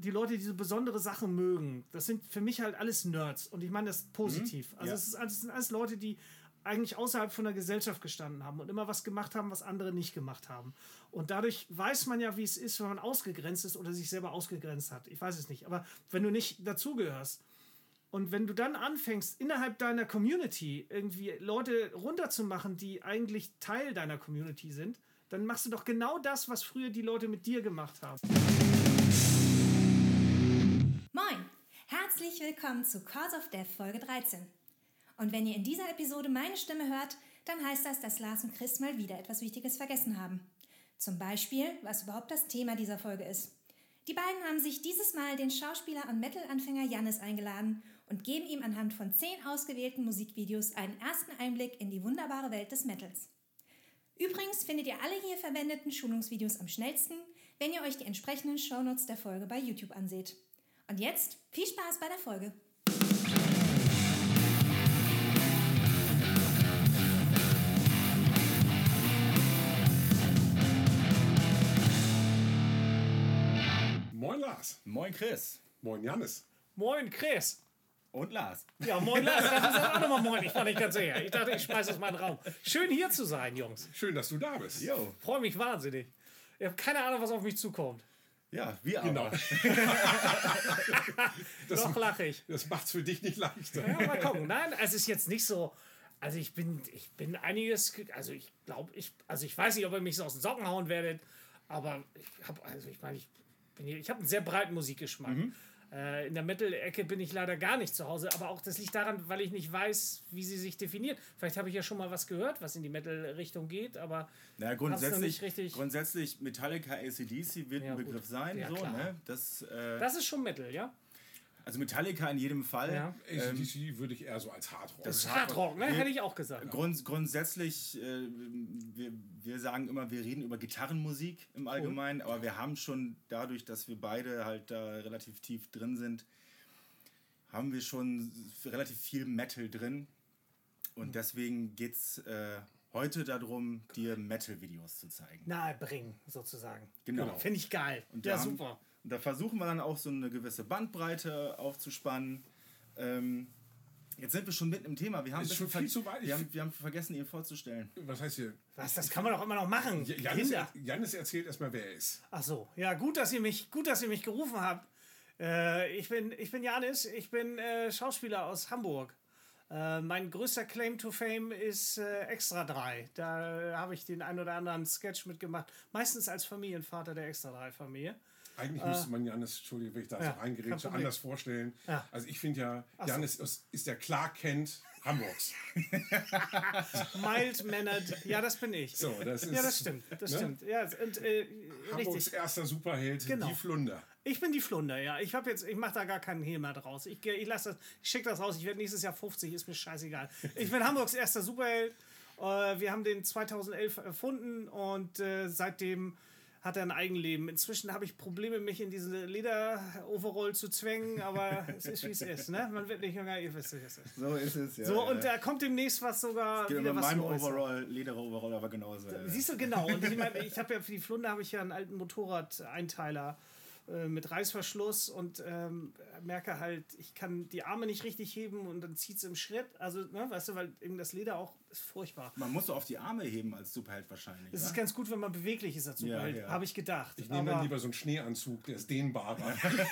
die Leute, die so besondere Sachen mögen, das sind für mich halt alles Nerds. Und ich meine das positiv. Also es sind alles Leute, die eigentlich außerhalb von der Gesellschaft gestanden haben und immer was gemacht haben, was andere nicht gemacht haben. Und dadurch weiß man ja, wie es ist, wenn man ausgegrenzt ist oder sich selber ausgegrenzt hat. Ich weiß es nicht. Aber wenn du nicht dazugehörst und wenn du dann anfängst, innerhalb deiner Community irgendwie Leute runterzumachen, die eigentlich Teil deiner Community sind, dann machst du doch genau das, was früher die Leute mit dir gemacht haben. Moin! Herzlich willkommen zu Cause of Death Folge 13. Und wenn ihr in dieser Episode meine Stimme hört, dann heißt das, dass Lars und Chris mal wieder etwas Wichtiges vergessen haben. Zum Beispiel, was überhaupt das Thema dieser Folge ist. Die beiden haben sich dieses Mal den Schauspieler und Metal-Anfänger Jannis eingeladen und geben ihm anhand von 10 ausgewählten Musikvideos einen ersten Einblick in die wunderbare Welt des Metals. Übrigens findet ihr alle hier verwendeten Schulungsvideos am schnellsten, wenn ihr euch die entsprechenden Shownotes der Folge bei YouTube anseht. Und jetzt viel Spaß bei der Folge! Moin Lars. Moin Chris. Moin Jannis. Moin Chris. Und Lars. Ja, moin Lars. Das ist auch nochmal moin. Ich war nicht ganz sicher. Ich dachte, ich schmeiße es mal in den Raum. Schön hier zu sein, Jungs. Schön, dass du da bist. Jo. Freue mich wahnsinnig. Ich habe keine Ahnung, was auf mich zukommt. Ja, wir Genau. aber. Noch lache ich. Das macht's für dich nicht leichter. Ja, mal gucken. Nein, es ist jetzt nicht so. Also ich bin einiges. Also ich glaube, ich weiß nicht, ob ihr mich so aus den Socken hauen werdet, aber ich habe einen sehr breiten Musikgeschmack. In der Metal-Ecke bin ich leider gar nicht zu Hause, aber auch das liegt daran, weil ich nicht weiß, wie sie sich definiert. Vielleicht habe ich ja schon mal was gehört, was in die Metal-Richtung geht, aber Na, grundsätzlich Metallica, AC/DC wird Ja, ein gut. Begriff sein. Ja, so, klar. ne? das ist schon Metal, ja? Also Metallica in jedem Fall. Ja. AC/DC würde ich eher so als Hardrock. Das ist Hardrock, ne? Hätte ich auch gesagt. Grundsätzlich, wir sagen immer, wir reden über Gitarrenmusik im Allgemeinen, aber wir haben schon dadurch, dass wir beide halt da relativ tief drin sind, haben wir schon relativ viel Metal drin. Und deswegen geht es heute darum, dir Metal-Videos zu zeigen. Nahebringen, sozusagen. Genau. Finde ich geil. Und Ja, da haben- super. Und da versuchen wir dann auch so eine gewisse Bandbreite aufzuspannen. Jetzt sind wir schon mitten im Thema. Wir haben, Ist schon viel zu weit. wir haben vergessen, ihn vorzustellen. Was heißt hier? Das kann man doch immer noch machen. Kinder. Jannis erzählt erstmal, wer er ist. Ach so, ja, gut, dass ihr mich gerufen habt. Ich bin Jannis, ich bin Schauspieler aus Hamburg. Mein größter Claim to Fame ist Extra 3. Da habe ich den ein oder anderen Sketch mitgemacht. Meistens als Familienvater der Extra 3-Familie. Eigentlich müsste man Jannis, Entschuldige, wenn ich da so kein reingeredet, Problem. anders vorstellen. Ja. Also ich finde ja, Jannis ist der Clark Kent Hamburgs. Mild-mannered, ja, das bin ich. So, das ist, Ja, das stimmt. Das ne? stimmt. Ja, und, Hamburgs richtig. erster Superheld, Genau. die Flunder. Ich bin die Flunder, ja. Ich mache da gar keinen Hehl mehr draus. Ich schicke das raus. Ich werde nächstes Jahr 50, ist mir scheißegal. Ich bin Hamburgs erster Superheld. Wir haben den 2011 erfunden und seitdem hat er ein Eigenleben. Inzwischen habe ich Probleme, mich in diese Leder-Overall zu zwängen, aber es ist, wie es ist. Ne? Man wird nicht jünger, ihr wisst, wie es ist. So ist es, ja. So, und da kommt demnächst was sogar Geht wieder bei was meinem Neues. Lederer-Overall aber genauso. Siehst du, genau. Und ich meine, ich habe ja für die Flunder habe ich ja einen alten Motorradeinteiler mit Reißverschluss und merke halt, ich kann die Arme nicht richtig heben und dann zieht es im Schritt. Also, ne, weißt du, weil eben das Leder auch ist furchtbar. Man muss so auf die Arme heben als Superheld wahrscheinlich. Es oder? ist ganz gut, wenn man beweglich ist als Superheld, Ja. habe ich gedacht. Ich nehme dann lieber so einen Schneeanzug, der ist dehnbarer.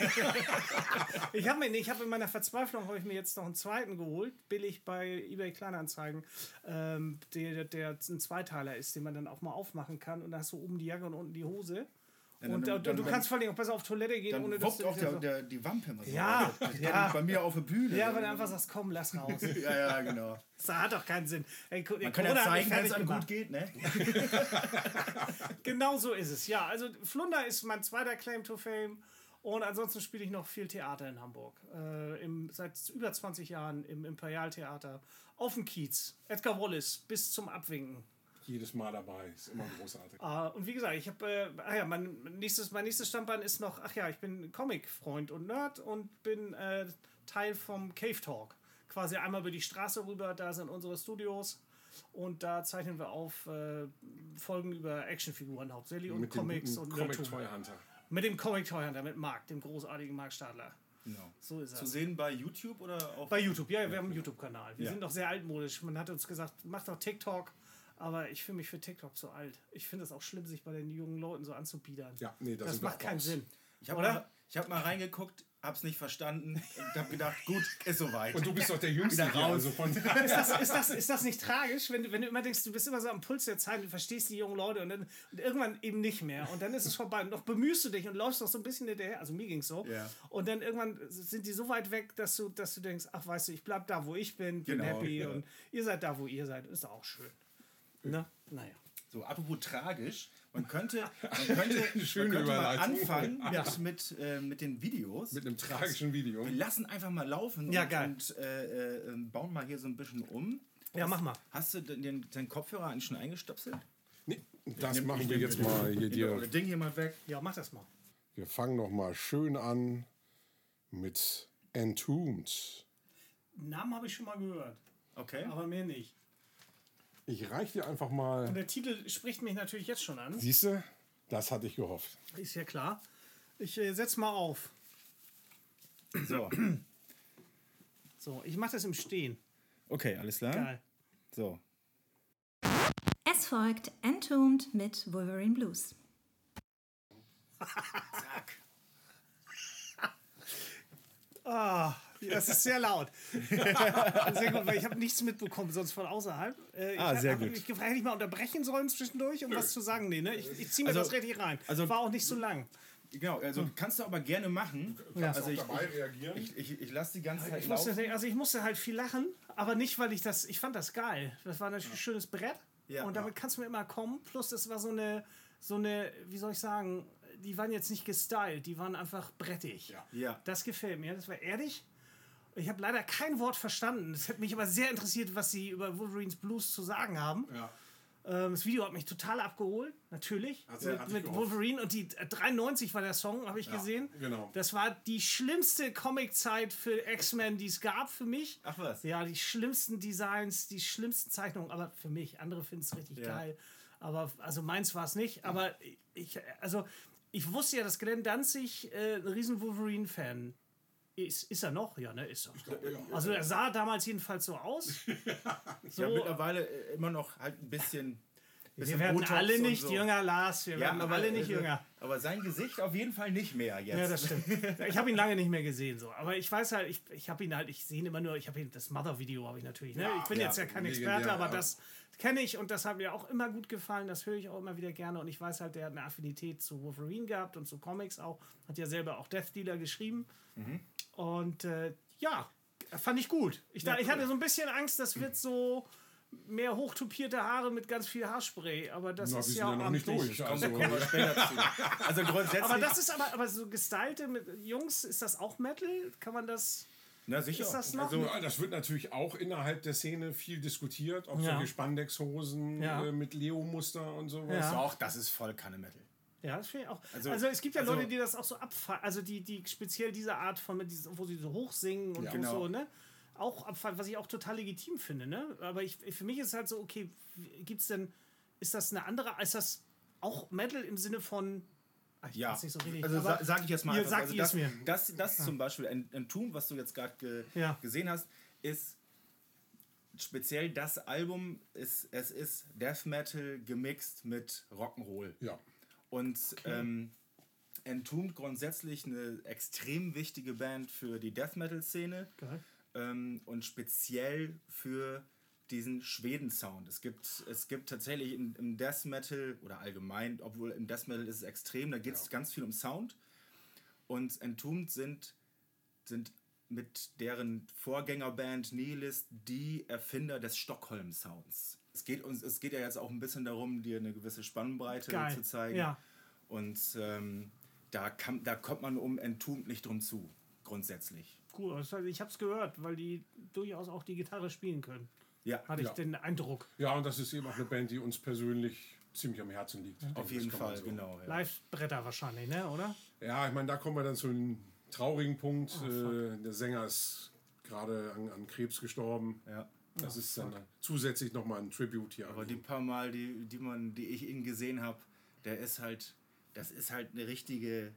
Ich habe in meiner Verzweiflung habe ich mir jetzt noch einen zweiten geholt, billig bei eBay Kleinanzeigen, der ein Zweiteiler ist, den man dann auch mal aufmachen kann und da hast du oben die Jacke und unten die Hose. Und du kannst vor allem auch besser auf Toilette gehen, Dann ohne dass wuppt du auch die Wampe immer so. Ja, ja. Bei mir auf der Bühne. Ja, weil du einfach sagst, komm, lass raus. Ja, genau. Das hat doch keinen Sinn. Ey, Man kann ja zeigen, wenn es einem gut geht, ne? Genau so ist es, ja. Also Flunder ist mein zweiter Claim to Fame. Und ansonsten spiele ich noch viel Theater in Hamburg. Seit über 20 Jahren im Imperialtheater. Auf dem Kiez. Edgar Wallace bis zum Abwinken. Jedes Mal dabei, ist immer großartig. Und wie gesagt, ich habe, mein nächstes Standbein ist noch, ich bin Comic-Freund und Nerd und bin Teil vom Cave Talk. Quasi einmal über die Straße rüber, da sind unsere Studios und da zeichnen wir auf Folgen über Actionfiguren hauptsächlich und Mit Comics dem und Comic Nerdtum. Toy Hunter. Mit dem Comic Toy Hunter, mit Marc, dem großartigen Marc Stadler. Genau. So ist Zu das. sehen bei YouTube oder auch? Bei YouTube, ja, wir haben einen YouTube-Kanal. Wir Ja. sind noch sehr altmodisch. Man hat uns gesagt, mach doch TikTok. Aber ich fühle mich für TikTok zu alt. Ich finde es auch schlimm, sich bei den jungen Leuten so anzubiedern. Ja, nee, das sind wir macht auch keinen raus. Sinn. Ich habe Oder? mal reingeguckt, hab's nicht verstanden und hab gedacht, gut, ist soweit. Und du bist doch der Jüngste Wieder hier, raus. also von Ist das nicht tragisch, wenn du immer denkst, du bist immer so am Puls der Zeit, du verstehst die jungen Leute und irgendwann eben nicht mehr. Und dann ist es vorbei. Und noch bemühst du dich und läufst doch so ein bisschen hinterher. Also mir ging's so. Ja. Und dann irgendwann sind die so weit weg, dass du denkst, ach weißt du, ich bleib da, wo ich bin Genau, happy ja. und ihr seid da, wo ihr seid. Ist doch auch schön. Ne? Naja. So, apropos tragisch, man könnte schöne mal Überleitung. anfangen Ja. mit den Videos. mit einem tragischen Video. Wir lassen einfach mal laufen Ja, geil. und bauen mal hier so ein bisschen um. Ja, mach mal. Hast du den Kopfhörer eigentlich schon eingestöpselt? Nee, das machen wir jetzt mal hier Das dir. Ding hier mal weg. Ja, mach das mal. Wir fangen noch mal schön an mit Entombed. Namen habe ich schon mal gehört, Okay. aber mehr nicht. Ich reich dir einfach mal. Und der Titel spricht mich natürlich jetzt schon an. Siehst du? Das hatte ich gehofft. Ist ja klar. Ich setz mal auf. So. So, ich mache das im Stehen. Okay, alles klar. Geil. So. Es folgt Entombed mit Wolverine Blues. Zack. Das ist sehr laut. Sehr gut, weil ich habe nichts mitbekommen, sonst von außerhalb. Sehr gut. Ich hätte ich mal unterbrechen sollen zwischendurch, um was zu sagen. Nee, ne? Ich ziehe mir Also- das richtig rein. also- War auch nicht so lang. Genau, also kannst du aber gerne machen. Ja. Also ich reagieren. lasse die ganze Zeit Ich musste, laufen. ich musste halt viel lachen, aber nicht, weil ich fand das geil. Das war natürlich ein schönes Brett Ja. und damit kannst du mir immer kommen. Plus das war so eine, wie soll ich sagen, die waren jetzt nicht gestylt, die waren einfach brettig. Ja. Ja. Das gefällt mir, das war erdig. Ich habe leider kein Wort verstanden. Es hätte mich aber sehr interessiert, was sie über Wolverines Blues zu sagen haben. Ja. Das Video hat mich total abgeholt, natürlich. Hat dich Mit gehofft. Wolverine und die 93 war der Song, habe ich gesehen. genau. Das war die schlimmste Comic-Zeit für X-Men, die es gab für mich. Ach was. Ja, die schlimmsten Designs, die schlimmsten Zeichnungen, aber für mich. Andere finden es richtig Ja. geil. Aber also meins war es nicht. Aber ich wusste ja, dass Glenn Danzig ein riesen Wolverine-Fan ist er noch? Ja, ne, ist er. Also er sah damals jedenfalls so aus. Ja, mittlerweile immer noch halt ein bisschen Wir werden Botox alle und nicht so. jünger, Lars. Wir werden alle nicht jünger. Aber sein Gesicht auf jeden Fall nicht mehr jetzt. Ja, das stimmt. Ich habe ihn lange nicht mehr gesehen, so. Aber ich weiß halt, ich habe ihn halt, ich sehe ihn immer nur, das Mother-Video habe ich natürlich, ne? Ich bin jetzt ja kein legendär, Experte, aber ja. das kenne ich und das hat mir auch immer gut gefallen, das höre ich auch immer wieder gerne und ich weiß halt, der hat eine Affinität zu Wolverine gehabt und zu Comics auch, hat ja selber auch Death Dealer geschrieben und ja, fand ich gut. Ich hatte so ein bisschen Angst, das wird so mehr hochtupierte Haare mit ganz viel Haarspray, aber das Na, wir ist sind ja ja noch nicht amtlich. durch. Also, Kommen wir später zu. Also grundsätzlich. Aber das ist aber so gestylte mit Jungs, ist das auch Metal? Kann man das? Na sicher. Ist das noch? Also, ja, das wird natürlich auch innerhalb der Szene viel diskutiert, ob Ja. solche Spandexhosen Ja. Mit Leo-Muster und sowas. Ja. auch, das ist voll keine Metal. Ja, das finde ich auch. Also- Also es gibt ja also- Leute, die das auch so abfallen, also die speziell diese Art von, wo sie so hoch singen und Ja. wo so, Genau. ne? Auch abfallen, was ich auch total legitim finde, ne? Aber für mich ist es halt so, okay, gibt's denn, ist das eine andere, ist das auch Metal im Sinne von, ich Ja, weiß nicht so richtig, also aber sag ich jetzt mal ihr einfach. sagt Also ihr es mir. Das zum Beispiel, ein Tomb, was du jetzt gerade Ja. gesehen hast, ist speziell das Album, es ist Death Metal gemixt mit Rock'n'Roll. Ja. Und Entombed grundsätzlich eine extrem wichtige Band für die Death Metal-Szene Geil. und speziell für diesen Schweden-Sound. Es gibt tatsächlich im Death Metal oder allgemein, obwohl im Death Metal ist es extrem, da geht es ganz viel um Sound. Und Entombed sind mit deren Vorgängerband Nihilist die Erfinder des Stockholm-Sounds. Es geht ja jetzt auch ein bisschen darum, dir eine gewisse Spannbreite Geil. zu zeigen. Ja. Und da kommt man um Entombed nicht drum zu, grundsätzlich. Cool, ich habe es gehört, weil die durchaus auch die Gitarre spielen können. Ja, Hatte ich Ja. den Eindruck. Ja, und das ist eben auch eine Band, die uns persönlich ziemlich am Herzen liegt. auf jeden Fall, genau. Ja. Live-Bretter wahrscheinlich, ne, oder? Ja, ich meine, da kommen wir dann zu einem traurigen Punkt. Der Sänger ist gerade an Krebs gestorben. Ja. Das ist dann zusätzlich nochmal ein Tribute hier. Aber die paar Mal, die ich ihn gesehen habe, das ist halt eine richtige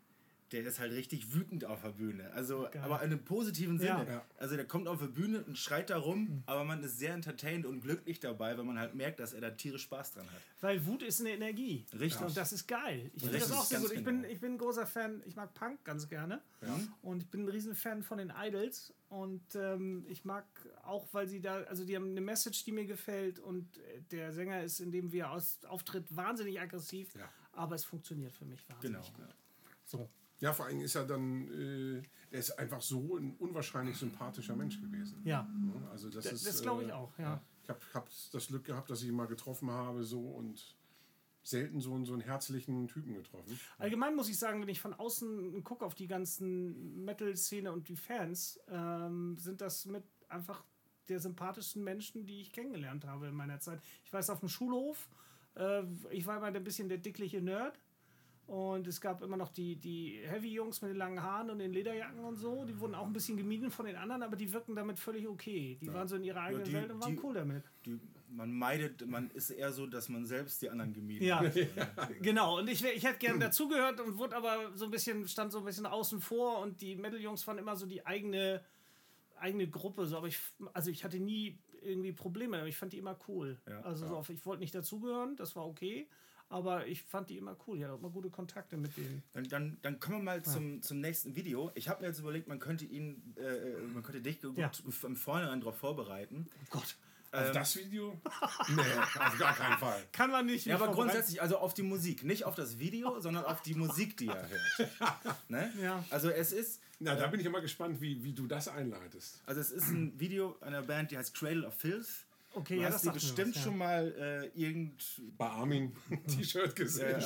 der ist halt richtig wütend auf der Bühne. Also, Geil. aber in einem positiven Sinne. Ja. Also der kommt auf die Bühne und schreit da rum, aber man ist sehr entertained und glücklich dabei, weil man halt merkt, dass er da tierisch Spaß dran hat. Weil Wut ist eine Energie. Richtig. Und das ist geil. Ich finde Richtig, das auch sehr ganz gut. genau. Ich bin ein großer Fan, ich mag Punk ganz gerne. Und ich bin ein Riesenfan von den Idols. Und ich mag auch, weil sie da, also die haben eine Message, die mir gefällt. Und der Sänger ist, in dem wir auftritt, wahnsinnig aggressiv. Ja. Aber es funktioniert für mich wahnsinnig Genau. gut. So. Ja, vor allem ist er dann, er ist einfach so ein unwahrscheinlich sympathischer Mensch gewesen. Ja, Also das glaube ich auch, ja. Ich hab das Glück gehabt, dass ich ihn mal getroffen habe so und selten so einen herzlichen Typen getroffen. Allgemein muss ich sagen, wenn ich von außen gucke auf die ganzen Metal-Szene und die Fans, sind das mit einfach der sympathischsten Menschen, die ich kennengelernt habe in meiner Zeit. Ich weiß, auf dem Schulhof, ich war immer ein bisschen der dickliche Nerd. Und es gab immer noch die Heavy-Jungs mit den langen Haaren und den Lederjacken und so. Die wurden auch ein bisschen gemieden von den anderen, aber die wirkten damit völlig okay. Die waren so in ihrer eigenen Welt und waren cool damit. Man ist eher so, dass man selbst die anderen gemieden Ja, hat. genau. Und ich hätte gerne dazugehört und wurde aber stand so ein bisschen außen vor. Und die Metal-Jungs waren immer so die eigene Gruppe. So. Aber ich hatte nie irgendwie Probleme, aber ich fand die immer cool. Ja, Also ich wollte nicht dazugehören, das war okay. Aber ich fand die immer cool. Ich hatte auch immer gute Kontakte mit denen. Dann kommen wir mal zum nächsten Video. Ich habe mir jetzt überlegt, man könnte dich gut im Vorhinein darauf vorbereiten. Oh Gott. Auf das Video? Nee, auf gar keinen Fall. Kann man nicht. Ja, aber grundsätzlich, also auf die Musik. Nicht auf das Video, sondern auf die Musik, die er hört. Ne? Ja. Also es ist... Na, da bin ich immer gespannt, wie du das einleitest. Also es ist ein Video einer Band, die heißt Cradle of Filth. Okay, Du ja, hast das die sagt mir bestimmt was, ja. schon mal Bei Armin ein T-Shirt gesehen.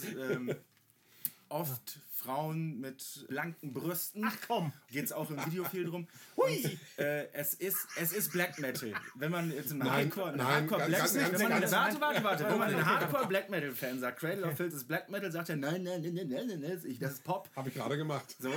Oft Frauen mit blanken Brüsten. Ach komm. Geht es auch im Video viel drum. Und, es ist Black Metal. Wenn man jetzt einen Hardcore Black Metal, warte. Wenn man einen Hardcore Black Metal Fan sagt, Cradle of Filth ist Black Metal, sagt er nein, das ist Pop. Habe ich gerade gemacht. So.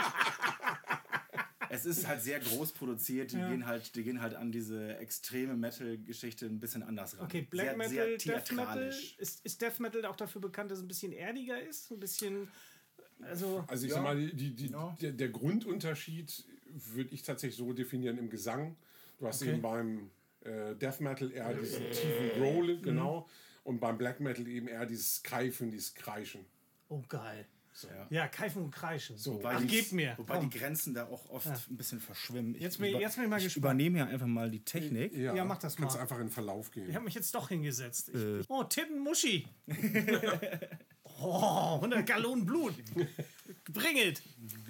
Es ist halt sehr groß produziert. Die gehen halt an diese extreme Metal-Geschichte ein bisschen anders ran. Okay, Black sehr, Metal, sehr Death Metal. theatralisch. Ist Death Metal auch dafür bekannt, dass es ein bisschen erdiger ist? Ein bisschen. Also ich sag mal, der Grundunterschied würde ich tatsächlich so definieren im Gesang. Du hast eben beim Death Metal eher diesen tiefen Growl, genau. Und beim Black Metal eben eher dieses Keifen, dieses Kreischen. oh, geil. So. Ja, Keifen und Kreischen. So, Wobei gebt mir. Wobei die Grenzen da auch oft ein bisschen verschwimmen. Jetzt bin ich mal ich gespannt. übernehme ja einfach mal die Technik. Ja, mach das Kannst mal. einfach in den Verlauf gehen. Ich habe mich jetzt doch hingesetzt. Oh, Tittenmuschi. 100 Gallonen Blut. Bring it.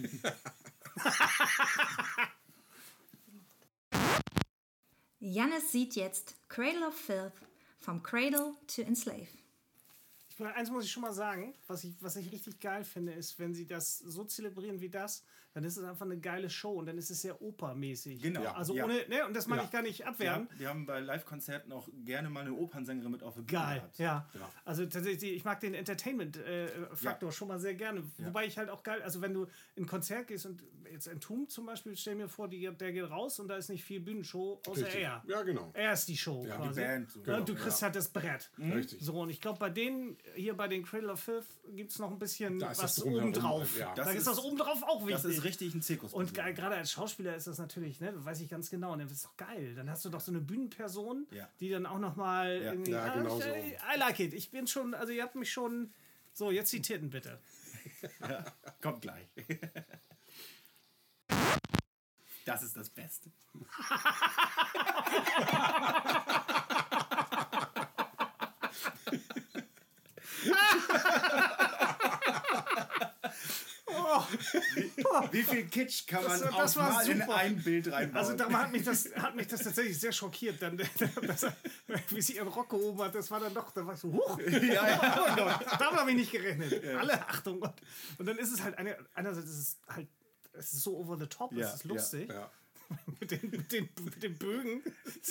Jannis sieht jetzt Cradle of Filth, vom Cradle to Enslave. Eins muss ich schon mal sagen, was ich richtig geil finde, ist, wenn sie das so zelebrieren wie das, dann ist es einfach eine geile Show und dann ist es sehr opermäßig. Genau. Ja. Also ohne, ne, und das meine ich gar nicht abwehren. Die haben bei Live-Konzerten auch gerne mal eine Opernsängerin mit auf der Bühne Geil, gehabt. ja. Also tatsächlich, ich mag den Entertainment-Faktor schon mal sehr gerne. Wobei ich halt auch geil, also wenn du in ein Konzert gehst und jetzt Entombed zum Beispiel, stell mir vor, der geht raus und da ist nicht viel Bühnenshow, außer Richtig. er. Ja, genau. Er ist die Show Ja, quasi. die Band, so. Und du kriegst halt das Brett. Richtig. So, und ich glaube, bei denen, hier bei den Cradle of Filth, gibt es noch ein bisschen Da ist was das drumherum, obendrauf. ja. Da ist das obendrauf auch wichtig. Das ist richtig ein Zirkus. Und gerade als Schauspieler ist das natürlich, ne, weiß ich ganz genau, und das ist doch geil. Dann hast du doch so eine Bühnenperson, die dann auch nochmal irgendwie. Ja, genau so. I like it. Ich bin schon, also ihr habt mich schon. So, jetzt die Titten bitte. Ja, kommt gleich. Das ist das Beste. Wie viel Kitsch kann man Das war mal in super. ein Bild reinbauen? Also da hat mich das tatsächlich sehr schockiert, dann, wie sie ihren Rock gehoben hat. Das war dann doch, da war ich so, huch. Oh Gott, damit habe ich nicht gerechnet. Alle Achtung. Und dann ist es halt, einerseits ist es halt, es ist so over the top, es ist lustig. Ja. Mit den Bögen.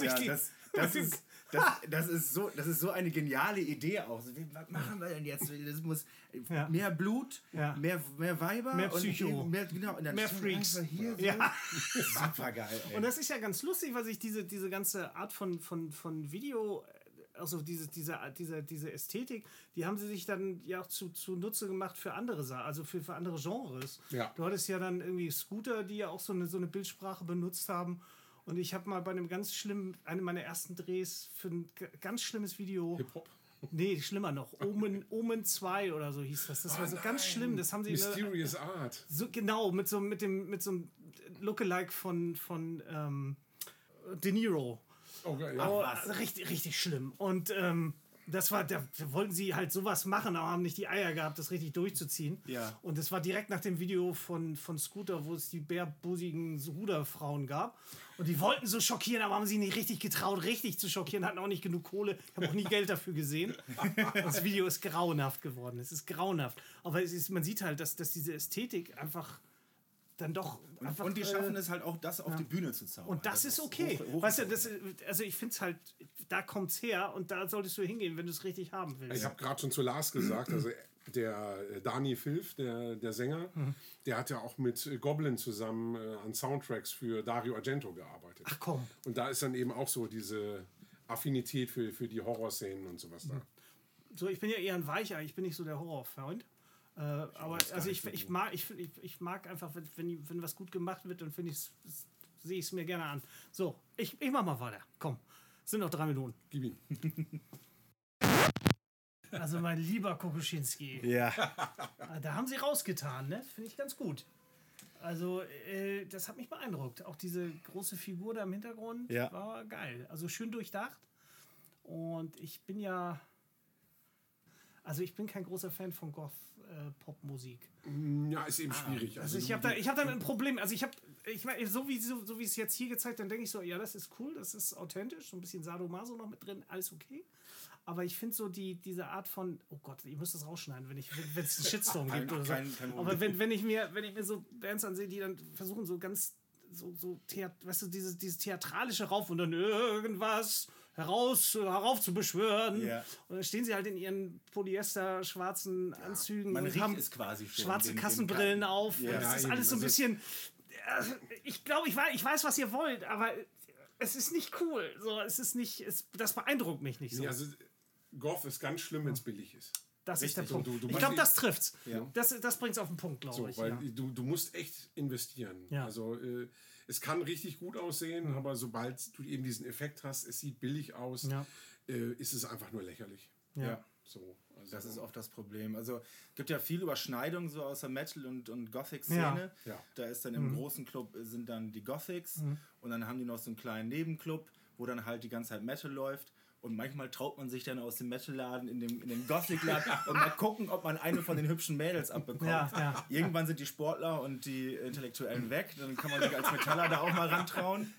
Das ist so eine geniale Idee auch. Was machen wir denn jetzt? Das muss mehr Blut, mehr Weiber, mehr Psycho, und mehr Freaks. Hier so. Super geil. Und das ist ja ganz lustig, weil sich diese ganze Art von Video also diese Ästhetik, die haben sie sich dann ja auch zu Nutze gemacht für andere Sachen, also für andere Genres. Ja. Du hattest ja dann irgendwie Scooter, die ja auch so eine Bildsprache benutzt haben. Und ich habe mal bei einem einem meiner ersten Drehs für ein ganz schlimmes Video. Hip-Hop? Nee, schlimmer noch. Omen 2 oder so hieß das. Das war so ganz schlimm. Das haben sie Mysterious Art. so genau mit so einem Lookalike von De Niro. Okay, ja. Oh, richtig schlimm. Und da wollten sie halt sowas machen, aber haben nicht die Eier gehabt, das richtig durchzuziehen. Ja. Und das war direkt nach dem Video von Scooter, wo es die bärbusigen Ruderfrauen gab. Und die wollten so schockieren, aber haben sie nicht richtig getraut, richtig zu schockieren, hatten auch nicht genug Kohle. Ich habe auch nie Geld dafür gesehen. Das Video ist grauenhaft geworden. Es ist grauenhaft. Aber man sieht halt, dass diese Ästhetik einfach dann doch einfach, und die schaffen es halt auch, das auf die Bühne zu zaubern. und das ist okay. Weißt du, also ich finde es halt, da kommt es her und da solltest du hingehen, wenn du es richtig haben willst. Ich habe gerade schon zu Lars gesagt, also der Dani Filth, der Sänger, der hat ja auch mit Goblin zusammen an Soundtracks für Dario Argento gearbeitet. Ach komm. Und da ist dann eben auch so diese Affinität für die Horrorszenen und sowas da. So, ich bin ja eher ein Weicher, ich bin nicht so der Horrorfreund. Aber also ich mag einfach, wenn was gut gemacht wird, dann sehe ich es mir gerne an. So, ich mach mal weiter. Komm, sind noch 3 Minuten. Gib ihn. Also mein lieber Kokoschinski, Ja. da haben sie rausgetan, ne? Finde ich ganz gut. Also das hat mich beeindruckt. Auch diese große Figur da im Hintergrund war geil. Also schön durchdacht. Und ich bin kein großer Fan von Goth-Pop-Musik. Ja, ist eben schwierig. Also ich habe da ein Problem. Also ich meine, so wie es jetzt hier gezeigt, dann denke ich so, ja, das ist cool, das ist authentisch, so ein bisschen Sadomaso noch mit drin, alles okay. Aber ich finde so diese Art von, oh Gott, ich muss das rausschneiden, wenn es einen Shitstorm gibt oder so. Aber wenn ich mir so Bands ansehe, die dann versuchen so ganz weißt du, dieses theatralische Rauf und dann irgendwas heraufzubeschwören. Ja. Und dann stehen sie halt in ihren Polyester-schwarzen Anzügen Man und riecht haben es quasi schon. schwarze Kassenbrillen auf. Ja. Und das ist Ja, alles so ein eben. bisschen... Ich glaube, ich weiß, was ihr wollt, aber es ist nicht cool. So, es ist nicht... das beeindruckt mich nicht so. Nee, also Goth ist ganz schlimm, wenn es billig ist. Das ist der Richtig. Punkt. Du Ich glaube, das trifft's. Ja. Das bringt es auf den Punkt, glaube So, ich. weil Ja. du musst echt investieren. Ja. Also es kann richtig gut aussehen, aber sobald du eben diesen Effekt hast, es sieht billig aus, Ja. ist es einfach nur lächerlich. Ja. So, also Das ist oft das Problem. Also es gibt ja viel Überschneidung so aus der Metal- und Gothic-Szene. Ja. Da ist dann im großen Club sind dann die Gothics und dann haben die noch so einen kleinen Nebenclub, wo dann halt die ganze Zeit Metal läuft. Und manchmal traut man sich dann aus dem Metal-Laden in den Gothic-Laden und mal gucken, ob man eine von den hübschen Mädels abbekommt. Ja. Irgendwann sind die Sportler und die Intellektuellen weg. Dann kann man sich als Metaller da auch mal rantrauen.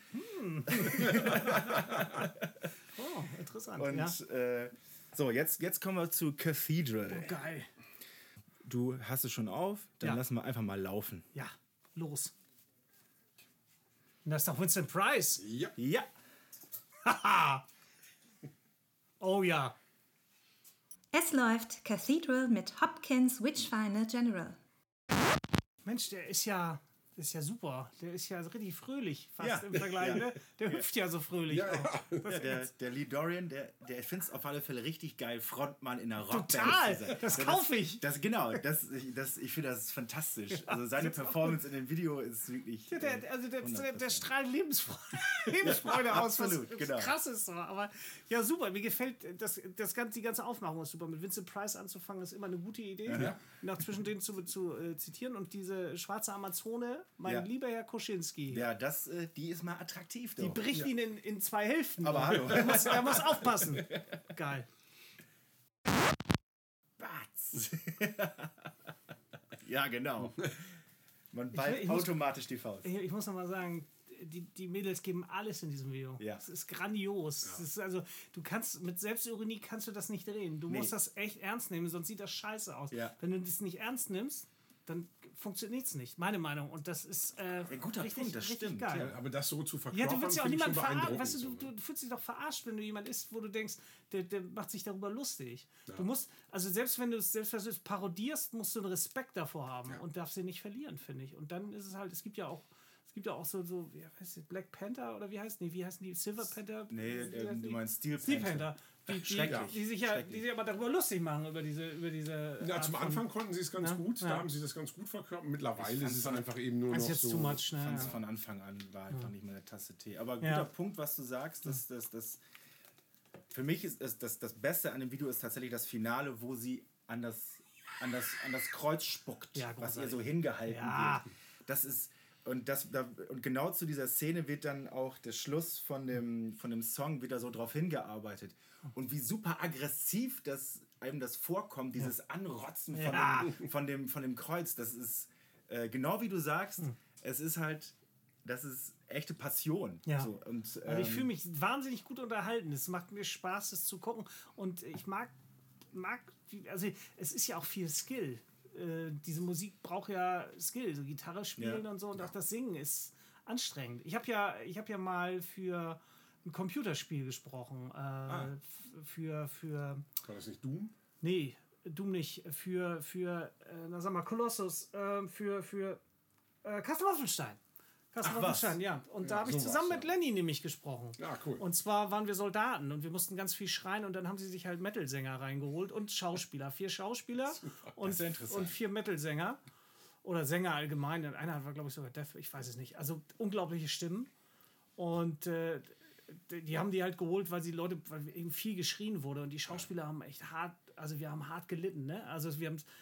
Oh, interessant. Und ja. so, jetzt kommen wir zu Cathedral. Oh, geil. Du hast es schon auf, dann Ja. lassen wir einfach mal laufen. Ja, los. Und das ist doch Winston Price. ja. Ja. Haha. Oh ja. Es läuft Cathedral mit Hopkins Witchfinder General. Mensch, der ist ja super. Der ist ja richtig fröhlich fast Ja. im Vergleich. Ja. Ne? Der hüpft ja so fröhlich. Ja, auch. Ja, der Lee Dorian, der findet es auf alle Fälle richtig geil, Frontmann in einer Rockband Total, zu sein. das So, kauf ich. Ich finde das ist fantastisch. Also seine Performance in dem Video ist wirklich... Der strahlt Lebensfreude aus, was Absolut, genau. krass ist. So. Aber ja, super. Mir gefällt die ganze Aufmachung ist super. Mit Vincent Price anzufangen, ist immer eine gute Idee. Ja. Nach zwischendrin zu zitieren. Und diese schwarze Amazone, mein lieber Herr Koschinski, Ja, die ist mal attraktiv. die bricht ihn in 2 Hälften. Aber hallo. Er muss aufpassen. Geil. Batz. Ja, genau. Man ich ballt muss- automatisch die Faust. Ich muss noch mal sagen, die Mädels geben alles in diesem Video. Ja. Es ist grandios. Es ist also, du kannst mit Selbstironie kannst du das nicht drehen. Du Nee. musst das echt ernst nehmen, sonst sieht das scheiße aus. Ja. Wenn du das nicht ernst nimmst, dann funktioniert es nicht. Meine Meinung. Und das ist guter Punkt, das stimmt, geil. Ja, aber das so zu Ja, verkörpern, du willst ja auch finde ich schon niemanden verarschen. beeindruckend. Weißt du, du fühlst dich doch verarscht, wenn du jemand isst, wo du denkst, der macht sich darüber lustig. Du musst, also selbst wenn du es parodierst, musst du einen Respekt davor haben und darfst ihn nicht verlieren, finde ich. Und dann ist es halt, es gibt ja auch so wie heißt die, Black Panther oder wie heißen die? Silver Panther? Nee, du meinst Steel Steel Panther. Panther. die sich aber darüber lustig machen, über diese ja, zum Anfang konnten sie es ganz gut, da haben sie das ganz gut verkörpert. Mittlerweile ist es einfach eben nur noch jetzt so. Too much, ne? Von Anfang an war einfach nicht mehr eine Tasse Tee. Aber guter Punkt, was du sagst, dass für mich ist das Beste an dem Video ist tatsächlich das Finale, wo sie an das Kreuz spuckt, was ihr so hingehalten wird. Das ist und genau zu dieser Szene wird dann auch der Schluss von dem Song wieder so drauf hingearbeitet. Und wie super aggressiv einem das vorkommt, dieses Anrotzen von dem Kreuz, das ist genau wie du sagst, es ist halt, das ist echte Passion. Ja. So, und, also ich fühle mich wahnsinnig gut unterhalten. Es macht mir Spaß, das zu gucken. Und ich mag, also es ist ja auch viel Skill. Diese Musik braucht ja Skill, so Gitarre spielen und so. Und auch das Singen ist anstrengend. Ich hab ja mal für ein Computerspiel gesprochen. Für War das nicht Doom? Nee, Doom nicht. Für sag mal, Colossus. Für Castle Wolfenstein. Ja. Und da habe ich zusammen mit Lenny nämlich gesprochen. Ja, cool. Und zwar waren wir Soldaten und wir mussten ganz viel schreien und dann haben sie sich halt Metal-Sänger reingeholt und Schauspieler. 4 Schauspieler und 4 Metal-Sänger. Oder Sänger allgemein. Und einer war, glaube ich, sogar Deaf, ich weiß es nicht. Also unglaubliche Stimmen. Und die haben die halt geholt, weil eben viel geschrien wurde. Und die Schauspieler haben echt hart, also wir haben hart gelitten, ne? Also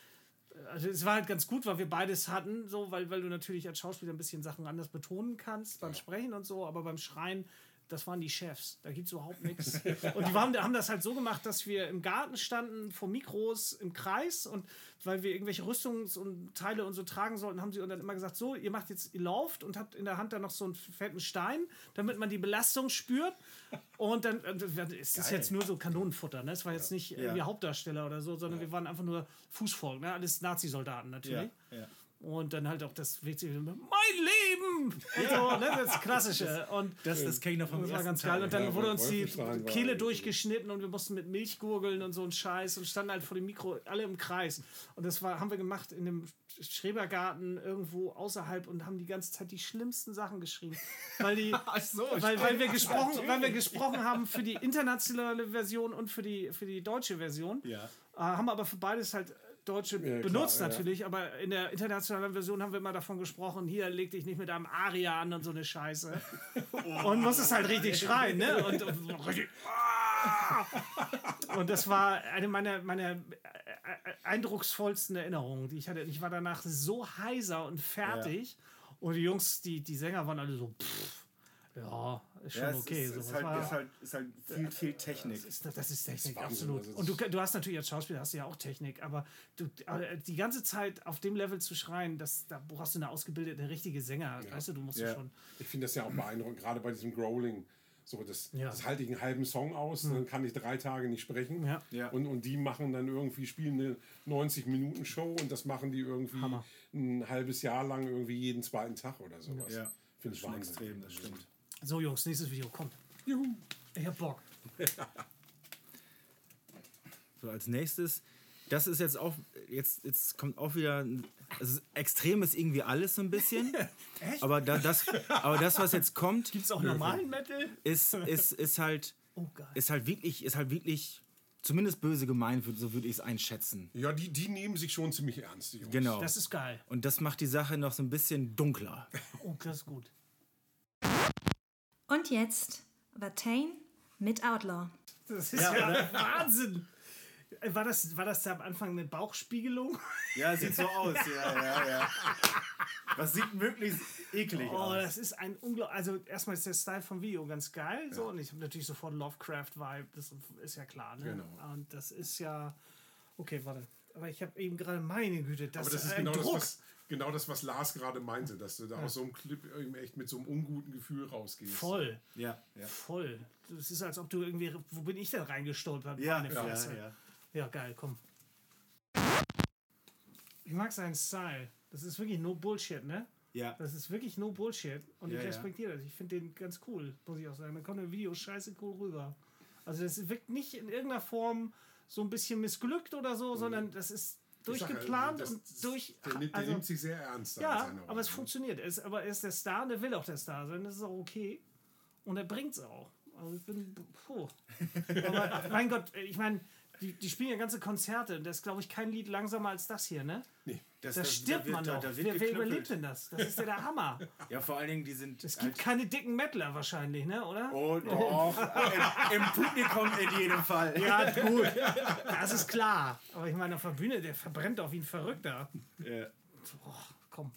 es war halt ganz gut, weil wir beides hatten, so, weil du natürlich als Schauspieler ein bisschen Sachen anders betonen kannst, beim Sprechen und so, aber beim Schreien, das waren die Chefs. Da gibt es überhaupt nichts. Und die haben das halt so gemacht, dass wir im Garten standen, vor Mikros im Kreis und weil wir irgendwelche Rüstungs- und Teile und so tragen sollten, haben sie uns dann immer gesagt, so, ihr lauft und habt in der Hand dann noch so einen fetten Stein, damit man die Belastung spürt. Und dann ist das jetzt nur so Kanonenfutter, ne? Es war jetzt nicht irgendwie Hauptdarsteller oder so, sondern wir waren einfach nur Fußvolk, ne? Alles Nazi-Soldaten natürlich. Ja. Und dann halt auch das witzige, mein Leben! Und so, ne, das Klassische. Und das kenne ich noch vom das war ganz geil. Und dann wurde uns die Kehle durchgeschnitten und wir mussten mit Milch gurgeln und so ein Scheiß und standen halt vor dem Mikro alle im Kreis. Und das haben wir gemacht in dem Schrebergarten irgendwo außerhalb und haben die ganze Zeit die schlimmsten Sachen geschrieben. Weil wir gesprochen haben für die internationale Version und für die deutsche Version. Ja. Haben aber für beides halt Deutsche benutzt natürlich, aber in der internationalen Version haben wir immer davon gesprochen, hier leg dich nicht mit einem Aria an und so eine Scheiße. Und musstest halt richtig schreien, ne? Und das war eine meiner eindrucksvollsten Erinnerungen, die ich hatte. Ich war danach so heiser und fertig und die Jungs, die Sänger waren alle so ja, ist schon okay. Ist halt viel Technik. Das ist Technik, absolut. Und du hast natürlich als Schauspieler hast du ja auch Technik, aber die ganze Zeit auf dem Level zu schreien, da brauchst du eine richtige Sänger. Ja. Weißt du musst schon. Ich finde das ja auch beeindruckend, gerade bei diesem Growling. So, das halte ich einen halben Song aus, dann kann ich 3 Tage nicht sprechen. Ja. Und die machen dann spielen eine 90-Minuten-Show und das machen die irgendwie ein halbes Jahr lang irgendwie jeden zweiten Tag oder sowas. Ja. Finde ich Wahnsinn. Extrem, das stimmt. So, Jungs, nächstes Video kommt. Juhu. Ich hab Bock. So, als nächstes, das ist jetzt auch, jetzt kommt auch wieder, also extrem ist irgendwie alles so ein bisschen. Echt? Aber das, was jetzt kommt. Gibt's auch normalen Metal? Ist halt wirklich zumindest böse gemeint, so würde ich es einschätzen. Ja, die nehmen sich schon ziemlich ernst, die Jungs. Genau. Das ist geil. Und das macht die Sache noch so ein bisschen dunkler. Oh, das ist gut. Und jetzt Watain mit Outlaw. Das ist ja Wahnsinn. War das da am Anfang eine Bauchspiegelung? Ja, sieht so aus. Ja. Das sieht wirklich eklig aus. Das ist ein also erstmal ist der Style vom Video ganz geil. So, und ich habe natürlich sofort Lovecraft-Vibe. Das ist ja klar. Ne? Genau. Und das ist ja... Okay, warte. Aber ich habe eben gerade, meine Güte, das ist genau das, was Lars gerade meinte, dass du da aus so einem Clip eben echt mit so einem unguten Gefühl rausgehst. Voll. Ja. Voll. Das ist, als ob du irgendwie, wo bin ich denn reingestolpert? Ja, geil, komm. Ich mag seinen Style. Das ist wirklich no Bullshit, ne? Ja. Das ist wirklich no Bullshit. Und ich respektiere das. Ich finde den ganz cool, muss ich auch sagen. Da kommt ein Video scheiße cool rüber. Also das wirkt nicht in irgendeiner Form so ein bisschen missglückt oder so, sondern das ist durchgeplant und durch... Der nimmt sich sehr ernst. Ja, aber es funktioniert. Er ist der Star und er will auch der Star sein. Das ist auch okay. Und er bringt es auch. Also ich bin, aber mein Gott, ich meine, die spielen ja ganze Konzerte. Das ist, glaube ich, kein Lied langsamer als das hier, ne? Nee. Da stirbt man doch. Wer überlebt denn das? Das ist ja der Hammer. Ja, vor allen Dingen, die sind... Es gibt keine dicken Mettler wahrscheinlich, ne? Oder? Oh, doch. Im Publikum in jedem Fall. Ja, gut. Das ist klar. Aber ich meine, auf der Bühne, der verbrennt doch wie ein Verrückter. Ja. Oh, komm.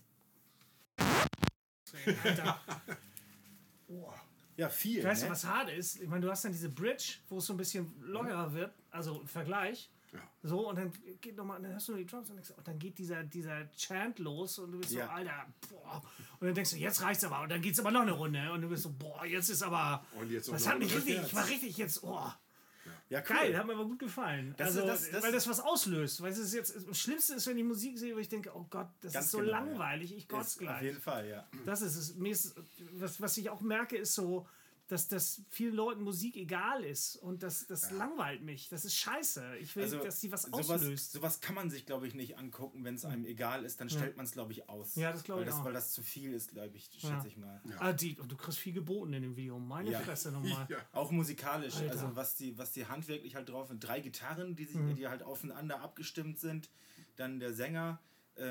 Alter. Ja, viel. Weißt du, ne? was hart ist? Ich meine, du hast dann diese Bridge, wo es so ein bisschen lockerer wird, also im Vergleich. Ja. So, und dann geht nochmal, dann hörst du die Drums und dann geht dieser Chant los und du bist so, Alter, boah. Und dann denkst du, jetzt reicht's aber. Und dann geht's aber noch eine Runde. Und du bist so, boah, jetzt ist aber. Und jetzt das hat mich richtig, ich war richtig jetzt, oh. Ja, cool. Geil, hat mir aber gut gefallen. Das weil das was auslöst. Weil es ist jetzt, das Schlimmste ist, wenn ich Musik sehe, wo ich denke, oh Gott, das ist so genau, langweilig, ich gott's gleich. Auf jeden Fall, ja. Das ist es. Mir ist, was ich auch merke, ist so, dass vielen Leuten Musik egal ist und das langweilt mich. Das ist scheiße. Ich will, dass die was auslöst. Sowas kann man sich, glaube ich, nicht angucken, wenn es einem egal ist, dann stellt man es, glaube ich, aus. Ja, das glaube ich auch. Weil das zu viel ist, glaube ich, schätze ich mal. Ja. Und du kriegst viel geboten in dem Video. Meine Fresse nochmal. Ja. Auch musikalisch, Alter. also was die handwerklich halt drauf sind. 3 Gitarren, die halt aufeinander abgestimmt sind. Dann der Sänger.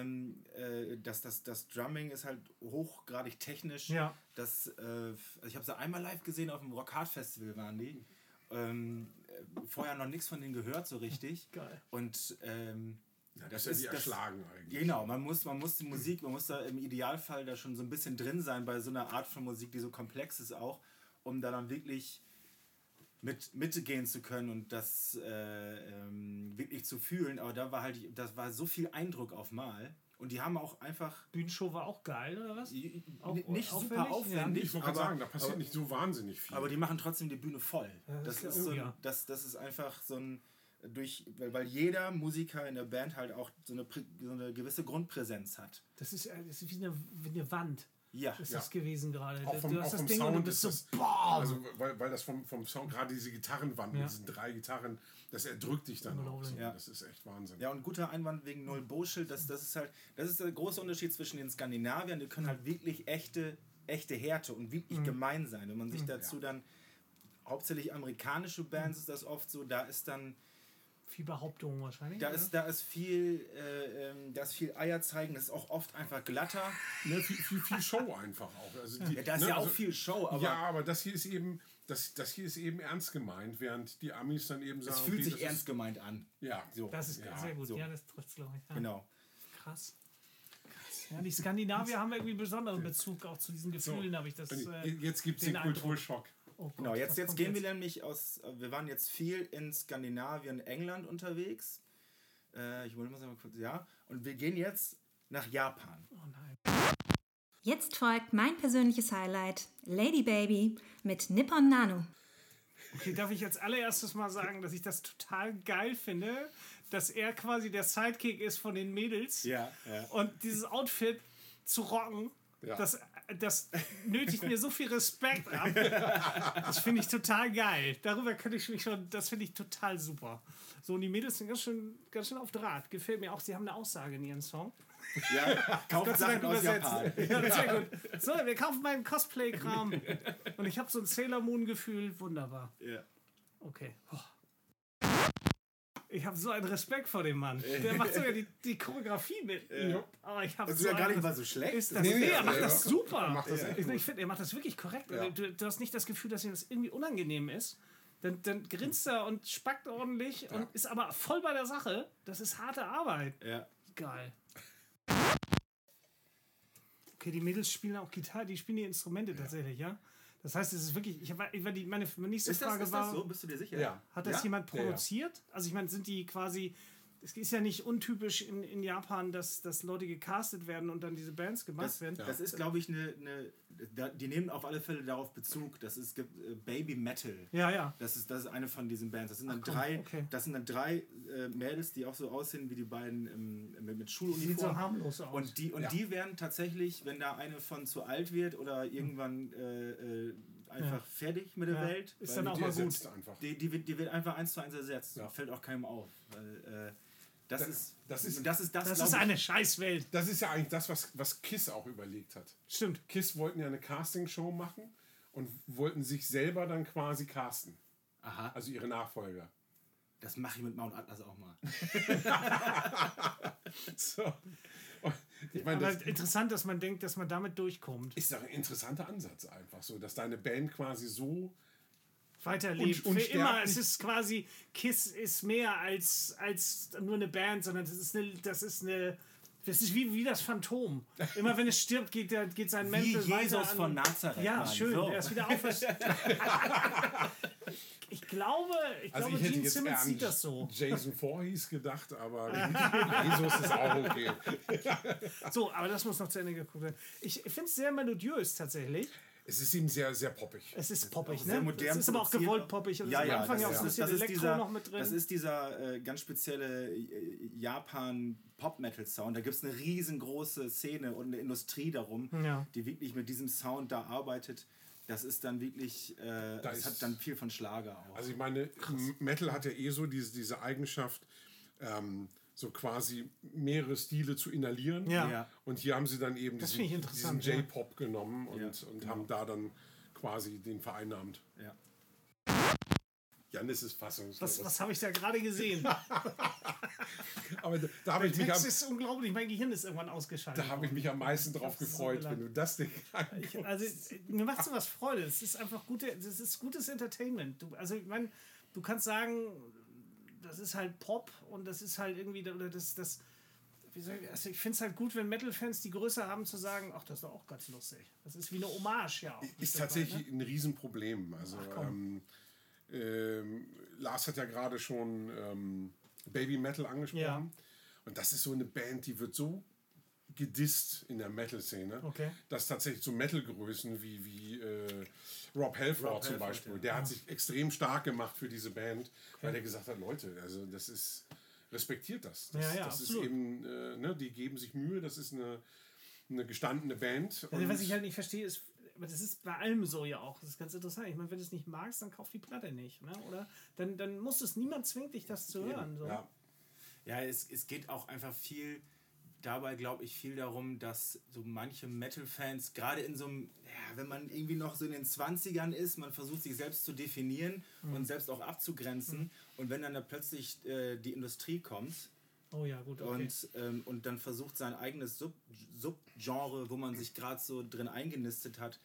Das Drumming ist halt hochgradig technisch. Ja. Also ich habe sie einmal live gesehen auf dem Rock Hard Festival waren die. Vorher noch nichts von denen gehört so richtig. Geil. Und das ist ja erschlagen eigentlich. Genau, man muss die Musik, man muss da im Idealfall da schon so ein bisschen drin sein bei so einer Art von Musik, die so komplex ist auch, um da dann wirklich mitgehen zu können und das wirklich zu fühlen. Aber das war so viel Eindruck auf Mal. Und die haben auch einfach... Bühnenshow war auch geil, oder was? Nicht super aufwendig. Ich wollte gerade sagen, da passiert nicht so wahnsinnig viel. Aber die machen trotzdem die Bühne voll. Ja, das ist einfach so ein... weil jeder Musiker in der Band halt auch so eine gewisse Grundpräsenz hat. Das ist wie eine Wand. Ja. Ist das gewesen gerade. Du hast das Ding und du bist so, BOOM! Also, weil das vom Sound, gerade diese Gitarrenwand mit diesen 3 Gitarren, das erdrückt dich dann auch. So. Ja. Das ist echt Wahnsinn. Ja, und guter Einwand wegen Null Bullshit, das ist der große Unterschied zwischen den Skandinaviern, die können halt wirklich echte Härte und wirklich gemein sein. Wenn man sich dazu dann, hauptsächlich amerikanische Bands ist das oft so, da ist dann viel Behauptung wahrscheinlich. Da ist viel Eier zeigen, das ist auch oft einfach glatter. Ne, viel Show einfach auch. Also da ist auch viel Show. Aber das hier ist eben, das hier ist eben ernst gemeint, während die Amis dann eben sagen... Es fühlt sich ernst gemeint an. Ja. So. Das ist sehr gut. So. Ja, das trifft es, glaube ich. Ja. Genau. Krass. Ja, die Skandinavier haben irgendwie einen besonderen Bezug auch zu diesen Gefühlen, habe ich das... jetzt gibt es den Kulturschock. Oh Gott, genau, jetzt gehen wir nämlich wir waren jetzt viel in Skandinavien, England unterwegs. Ich wollte mal sagen, kurz, und wir gehen jetzt nach Japan. Oh nein. Jetzt folgt mein persönliches Highlight, Lady Baby mit Nippon Nano. Okay, darf ich jetzt allererstes mal sagen, dass ich das total geil finde, dass er quasi der Sidekick ist von den Mädels. Ja. Und dieses Outfit zu rocken, das nötigt mir so viel Respekt ab. Das finde ich total geil. Darüber könnte ich mich schon, das finde ich total super. So, und die Mädels sind ganz schön auf Draht. Gefällt mir auch, sie haben eine Aussage in ihrem Song. Ja, kauft Sachen aus Japan. Ja, das ist sehr gut. So, wir kaufen meinen Cosplay-Kram. Und ich habe so ein Sailor Moon-Gefühl. Wunderbar. Ja. Okay. Ich habe so einen Respekt vor dem Mann. Der macht sogar die Choreografie mit. Ja. Aber ich habe das ist ja gar nicht mal so schlecht. Er macht das super. Ich finde, er macht das wirklich korrekt. Ja. Du hast nicht das Gefühl, dass ihm das irgendwie unangenehm ist. Dann grinst er und spackt ordentlich und ist aber voll bei der Sache. Das ist harte Arbeit. Ja. Geil. Okay, die Mädels spielen auch Gitarre, die spielen die Instrumente tatsächlich, ja? Das heißt, es ist wirklich, meine nächste Frage war... Ist das so? Bist du dir sicher? Ja. Hat das jemand produziert? Ja. Also ich meine, sind die quasi... Es ist ja nicht untypisch in Japan, dass Leute gecastet werden und dann diese Bands gemacht werden. Das ist, glaube ich, die nehmen auf alle Fälle darauf Bezug. Es gibt Baby Metal. Ja. Das ist eine von diesen Bands. Das sind dann drei Mädels, die auch so aussehen wie die beiden mit Schuluniform. Sieht so harmlos aus. Und die werden tatsächlich, wenn da eine von zu alt wird oder irgendwann einfach fertig mit der Welt. Ist dann auch mal gut. Die wird einfach 1:1 ersetzt. Ja. Fällt auch keinem auf. Weil, das ist eine Scheißwelt. Das ist ja eigentlich das, was KISS auch überlegt hat. Stimmt. KISS wollten ja eine Castingshow machen und wollten sich selber dann quasi casten. Aha. Also ihre Nachfolger. Das mache ich mit Mount Atlas auch mal. So. Ich meine, aber interessant, dass man denkt, dass man damit durchkommt. Ist doch ein interessanter Ansatz einfach so, dass deine Band quasi so weiterlebt. Für immer. Es ist quasi, Kiss ist mehr als nur eine Band, sondern das ist wie das Phantom. Immer wenn es stirbt, geht sein Mantel weiter. Wie Jesus von Nazareth. Ja, schön. So. Er ist wieder auferstanden. Ich glaube, Gene Simmons sieht das so. Jason Voorhees gedacht, aber Jesus ist auch okay. So, aber das muss noch zu Ende geguckt werden. Ich finde es sehr melodiös tatsächlich. Es ist eben sehr, sehr poppig. Es ist poppig, ne? Es ist aber auch gewollt poppig. Und ja, am Anfang ja auch ein bisschen Elektro noch mit drin. Das ist dieser ganz spezielle Japan-Pop-Metal-Sound. Da gibt es eine riesengroße Szene und eine Industrie darum, die wirklich mit diesem Sound da arbeitet. Das ist dann wirklich, das hat dann viel von Schlager auch. Also ich meine, Metal hat ja so diese Eigenschaft, so quasi mehrere Stile zu inhalieren. Ja. Und hier haben sie dann eben diesen J-Pop genommen und haben da dann quasi den vereinnahmt. Ja. Jannis ist fassungslos. Was habe ich da gerade gesehen? Aber da habe ich mich Das ist unglaublich, mein Gehirn ist irgendwann ausgeschaltet. Da habe ich mich am meisten drauf gefreut, wenn du das Ding anguckst. Also mir macht sowas Freude. Es ist einfach gutes Entertainment. Du kannst sagen, das ist halt Pop und das ist halt irgendwie, oder ich finde es halt gut, wenn Metal-Fans die Größe haben zu sagen, ach, das ist doch auch ganz lustig. Das ist wie eine Hommage, ja auch. Ist tatsächlich ein Riesenproblem. Also Lars hat ja gerade schon Baby Metal angesprochen. Ja. Und das ist so eine Band, die wird so gedisst in der Metal-Szene, dass tatsächlich so Metal-Größen wie Rob Halford zum Beispiel, der hat sich extrem stark gemacht für diese Band, weil der gesagt hat, Leute, also das ist, respektiert das. Das ist eben, die geben sich Mühe, das ist eine gestandene Band. Also, was ich halt nicht verstehe, ist, aber das ist bei allem so ja auch. Das ist ganz interessant. Ich meine, wenn du es nicht magst, dann kauf die Platte nicht. Ne? Oder dann muss es, niemand zwingt dich, das zu hören. So. Ja, es geht auch einfach viel dabei, glaube ich, viel darum, dass so manche Metal-Fans, gerade in so einem, wenn man irgendwie noch so in den 20ern ist, man versucht sich selbst zu definieren und selbst auch abzugrenzen. Und wenn dann da plötzlich die Industrie kommt, oh ja, gut, okay. Und dann versucht sein eigenes Subgenre, wo man sich gerade so drin eingenistet hat,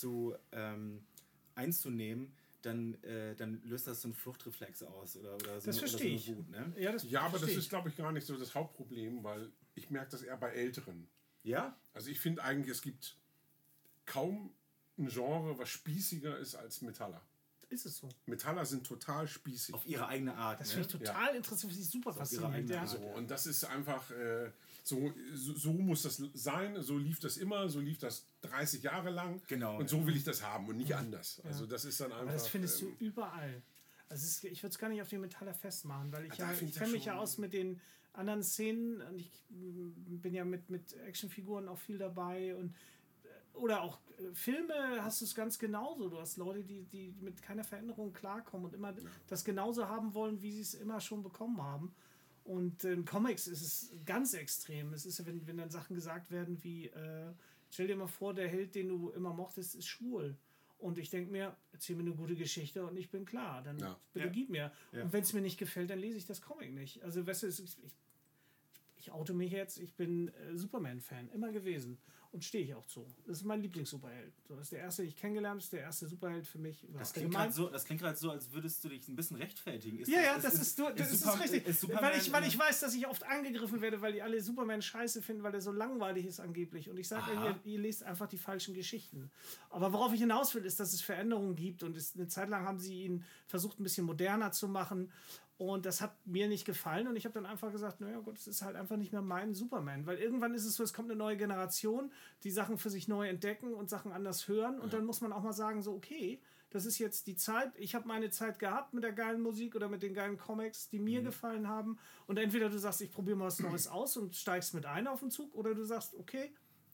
einzunehmen, dann löst das so einen Fluchtreflex aus oder so. Das verstehe ich. Wut, ne? Ja, aber das ist, glaube ich, gar nicht so das Hauptproblem, weil ich merke das eher bei Älteren. Ja? Also ich finde eigentlich, es gibt kaum ein Genre, was spießiger ist als Metaller. Ist es so? Metaller sind total spießig. Auf ihre eigene Art. Das finde ich total interessant, das ist super faszinierend. Ja. So, und das ist einfach, so muss das sein, so lief das immer, so lief das 30 Jahre lang. Genau. Und so will ich das haben und nicht anders. Also das ist dann einfach... Aber das findest du überall. Also ich würde es gar nicht auf die Metaller festmachen, weil ich kenne mich ja aus mit den anderen Szenen und ich bin ja mit Actionfiguren auch viel dabei und oder auch Filme hast du es ganz genauso. Du hast Leute, die mit keiner Veränderung klarkommen und immer das genauso haben wollen, wie sie es immer schon bekommen haben. Und in Comics ist es ganz extrem. Es ist, wenn dann Sachen gesagt werden wie, stell dir mal vor, der Held, den du immer mochtest, ist schwul. Und ich denke mir, erzähl mir eine gute Geschichte und ich bin klar. Dann bitte gib mir. Ja. Und wenn es mir nicht gefällt, dann lese ich das Comic nicht. Also weißt du, ich oute mich jetzt, ich bin Superman-Fan, immer gewesen. Und stehe ich auch zu. Das ist mein Lieblings-Superheld. So, das ist der erste, den ich kennengelernt habe, ist der erste Superheld für mich. Das klingt gerade so, als würdest du dich ein bisschen rechtfertigen. Das ist richtig. Weil ich weiß, dass ich oft angegriffen werde, weil die alle Superman scheiße finden, weil er so langweilig ist angeblich. Und ich sage, ihr lest einfach die falschen Geschichten. Aber worauf ich hinaus will, ist, dass es Veränderungen gibt. Und eine Zeit lang haben sie ihn versucht, ein bisschen moderner zu machen. Und das hat mir nicht gefallen und ich habe dann einfach gesagt, naja Gott, es ist halt einfach nicht mehr mein Superman, weil irgendwann ist es so, es kommt eine neue Generation, die Sachen für sich neu entdecken und Sachen anders hören und dann muss man auch mal sagen, so okay, das ist jetzt die Zeit, ich habe meine Zeit gehabt mit der geilen Musik oder mit den geilen Comics, die mir gefallen haben und entweder du sagst, ich probiere mal was Neues aus und steigst mit ein auf den Zug oder du sagst, okay,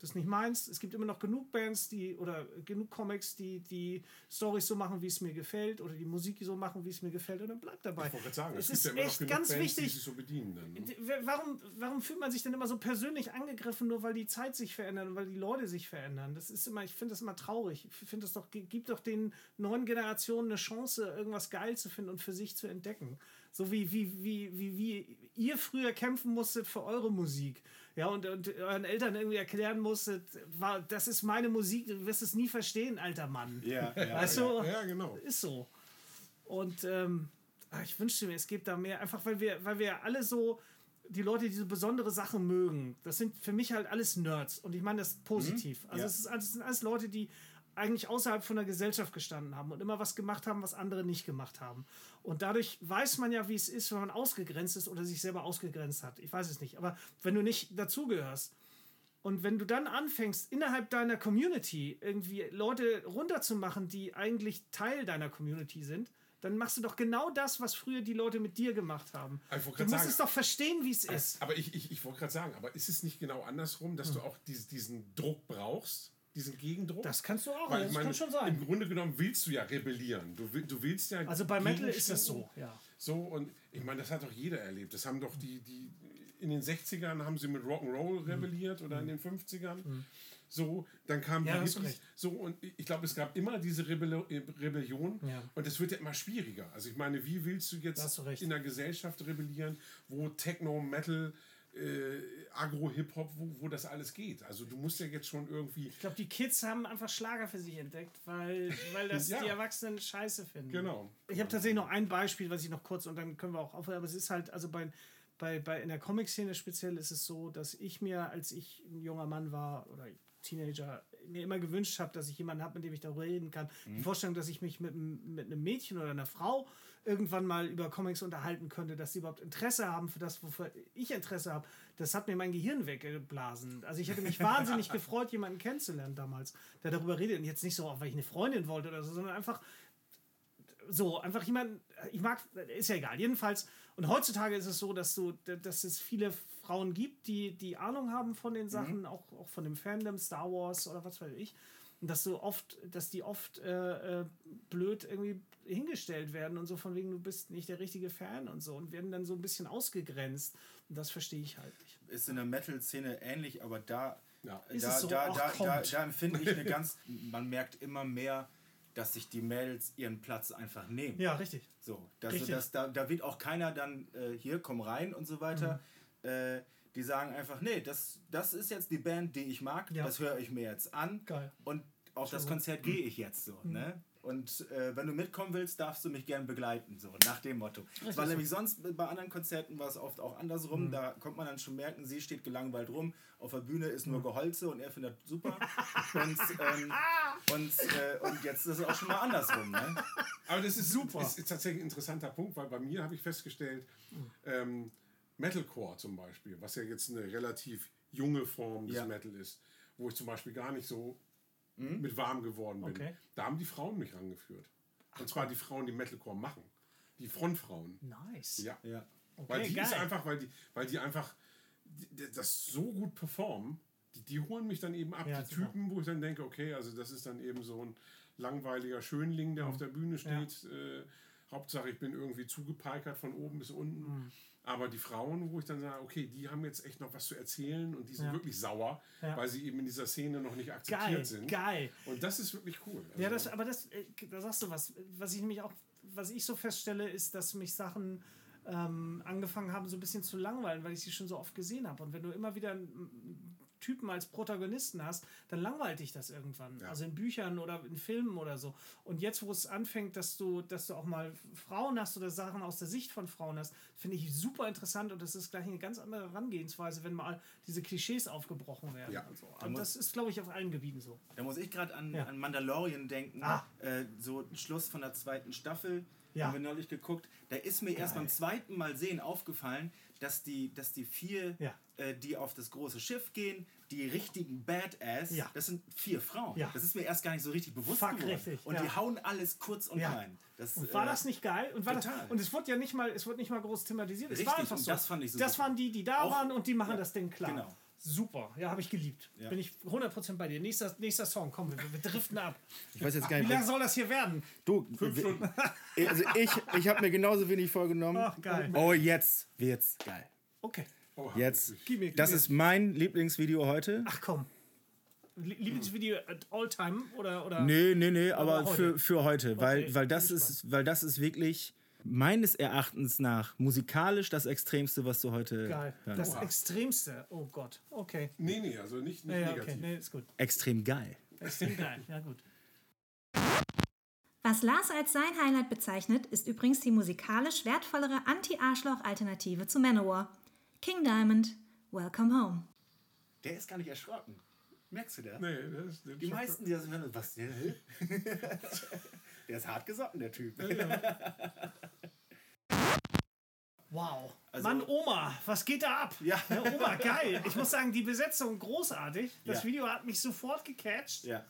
Das ist nicht meins. Es gibt immer noch genug Bands, oder genug Comics, die Storys so machen, wie es mir gefällt, oder die Musik so machen, wie es mir gefällt, und dann bleibt dabei. Ich wollte gerade sagen, es ist ist ja immer noch echt genug ganz Bands, wichtig. die sich so bedienen dann, ne? Warum fühlt man sich denn immer so persönlich angegriffen, nur weil die Zeit sich verändert und weil die Leute sich verändern? Das ist immer, ich finde das immer traurig. Ich finde das doch, gibt doch den neuen Generationen eine Chance, irgendwas geil zu finden und für sich zu entdecken. So wie ihr früher kämpfen musstet für eure Musik. Ja, und euren Eltern irgendwie erklären musstet, das ist meine Musik, du wirst es nie verstehen, alter Mann. Ja, weißt du? Ja, genau. Ist so. Und ich wünschte mir, es gibt da mehr, einfach weil wir alle so, die Leute, die so besondere Sachen mögen, das sind für mich halt alles Nerds. Und ich meine das positiv. Also es sind alles Leute, die eigentlich außerhalb von der Gesellschaft gestanden haben und immer was gemacht haben, was andere nicht gemacht haben. Und dadurch weiß man ja, wie es ist, wenn man ausgegrenzt ist oder sich selber ausgegrenzt hat. Ich weiß es nicht. Aber wenn du nicht dazugehörst und wenn du dann anfängst, innerhalb deiner Community irgendwie Leute runterzumachen, die eigentlich Teil deiner Community sind, dann machst du doch genau das, was früher die Leute mit dir gemacht haben. Du musst es doch verstehen, wie es ist. Aber ich wollte gerade sagen, aber ist es nicht genau andersrum, dass du auch diesen Druck brauchst? Diesen Gegendruck? Das kannst du auch, Weil, das kann schon sein. Im Grunde genommen willst du ja rebellieren. Du willst ja. Also bei Metal ist das so, ja. So, und ich meine, das hat doch jeder erlebt. Das haben doch die in den 60ern haben sie mit Rock'n'Roll rebelliert oder in den 50ern. So, dann kamen die Hippies. So, und ich glaube, es gab immer diese Rebellion. Ja. Und es wird ja immer schwieriger. Also ich meine, wie willst du jetzt in einer Gesellschaft rebellieren, wo Techno, Metal, Agro-Hip-Hop, wo das alles geht. Also du musst ja jetzt schon irgendwie... Ich glaube, die Kids haben einfach Schlager für sich entdeckt, weil das die Erwachsenen scheiße finden. Genau. Ich habe tatsächlich noch ein Beispiel, was ich noch kurz, und dann können wir auch aufhören, aber es ist halt, also in der Comic-Szene speziell ist es so, dass ich mir, als ich ein junger Mann war oder Teenager, mir immer gewünscht habe, dass ich jemanden habe, mit dem ich darüber reden kann. Die Vorstellung, dass ich mich mit einem Mädchen oder einer Frau irgendwann mal über Comics unterhalten könnte, dass sie überhaupt Interesse haben für das, wofür ich Interesse habe, das hat mir mein Gehirn weggeblasen. Also ich hätte mich wahnsinnig gefreut, jemanden kennenzulernen damals, der darüber redet. Und jetzt nicht so, weil ich eine Freundin wollte oder so, sondern einfach jemanden, ich mag, ist ja egal, jedenfalls. Und heutzutage ist es so, dass es viele Frauen gibt, die Ahnung haben von den Sachen, auch von dem Fandom, Star Wars oder was weiß ich. Und dass die oft blöd irgendwie hingestellt werden und so von wegen, du bist nicht der richtige Fan und so und werden dann so ein bisschen ausgegrenzt. Und das verstehe ich halt nicht. Ist in der Metal-Szene ähnlich, aber da empfinde ich eine ganz, man merkt immer mehr, dass sich die Mädels ihren Platz einfach nehmen. Ja, richtig. So, da wird auch keiner dann, hier, komm rein und so weiter. Die sagen einfach, nee, das ist jetzt die Band, die ich mag, das höre ich mir jetzt an. Geil. Und auf das Konzert gehe ich jetzt so. Ne? Und wenn du mitkommen willst, darfst du mich gern begleiten, so nach dem Motto. Weil nämlich sonst bei anderen Konzerten war es oft auch andersrum. Da kommt man dann schon merken, sie steht gelangweilt rum, auf der Bühne ist nur Geholze und er findet das super. und jetzt ist es auch schon mal andersrum. Ne? Aber das ist super. Ist tatsächlich ein interessanter Punkt, weil bei mir habe ich festgestellt, Metalcore zum Beispiel, was ja jetzt eine relativ junge Form des Metal ist, wo ich zum Beispiel gar nicht so mit warm geworden bin. Okay. Da haben die Frauen mich rangeführt. Und zwar die Frauen, die Metalcore machen. Die Frontfrauen. Nice. Ja. Okay, weil die ist einfach, weil die einfach das so gut performen, die holen mich dann eben ab. Ja, die Typen, wo ich dann denke, okay, also das ist dann eben so ein langweiliger Schönling, der auf der Bühne steht. Ja. Hauptsache, ich bin irgendwie zugepeikert von oben bis unten. Aber die Frauen, wo ich dann sage, okay, die haben jetzt echt noch was zu erzählen und die sind wirklich sauer, weil sie eben in dieser Szene noch nicht akzeptiert sind. Geil. Und das ist wirklich cool. Also ja, da sagst du was ich so feststelle, ist, dass mich Sachen angefangen haben, so ein bisschen zu langweilen, weil ich sie schon so oft gesehen habe. Und wenn du immer wieder einen Typen als Protagonisten hast, dann langweilt dich das irgendwann. Ja. Also in Büchern oder in Filmen oder so. Und jetzt, wo es anfängt, dass du auch mal Frauen hast oder Sachen aus der Sicht von Frauen hast, finde ich super interessant und das ist gleich eine ganz andere Herangehensweise, wenn mal diese Klischees aufgebrochen werden. Ja. Und so. Und das ist, glaube ich, auf allen Gebieten so. Da muss ich gerade an Mandalorian denken. So Schluss von der 2. Staffel. Haben wir neulich geguckt. Da ist mir erst beim zweiten Mal sehen aufgefallen, dass die 4, die auf das große Schiff gehen, die richtigen Badass, das sind 4 Frauen. Ja. Das ist mir erst gar nicht so richtig bewusst geworden. Richtig. Und die hauen alles kurz und klein. Und war das nicht geil? Und es wurde ja nicht mal groß thematisiert. Es war einfach so. Das fand ich so das waren die da waren und die machen das Ding klar. Genau. Super, ja, habe ich geliebt. Ja. Bin ich 100% bei dir. Nächster Song, komm, wir driften ab. Ich weiß jetzt gar Wie nicht, lange soll das hier werden? du, 5 Stunden. also ich habe mir genauso wenig vorgenommen. Ach, geil. Oh, jetzt wird's geil. Okay. Jetzt. Gib mir. Das ist mein Lieblingsvideo heute. Ach komm. Lieblingsvideo at all time oder? Nee, aber heute. für heute, weil Okay, das ist wirklich meines Erachtens nach musikalisch das Extremste, was du heute Geil. hören Das kannst. Extremste. Oh Gott. Okay. Nee, also nicht Ja, negativ. okay. Nee, ist gut. Extrem geil. Extrem geil. Ja, gut. Was Lars als sein Highlight bezeichnet, ist übrigens die musikalisch wertvollere Anti-Arschloch-Alternative zu Manowar. King Diamond, Welcome Home. Der ist gar nicht erschrocken. Merkst du das? Nee, das ist Die meisten, die das hören, was? Der ist hart gesotten, der Typ. Wow. Also- Mann, Oma, was geht da ab? Ja. Oma, geil. Ich muss sagen, die Besetzung großartig. Das Ja. Video hat mich sofort gecatcht. Ja.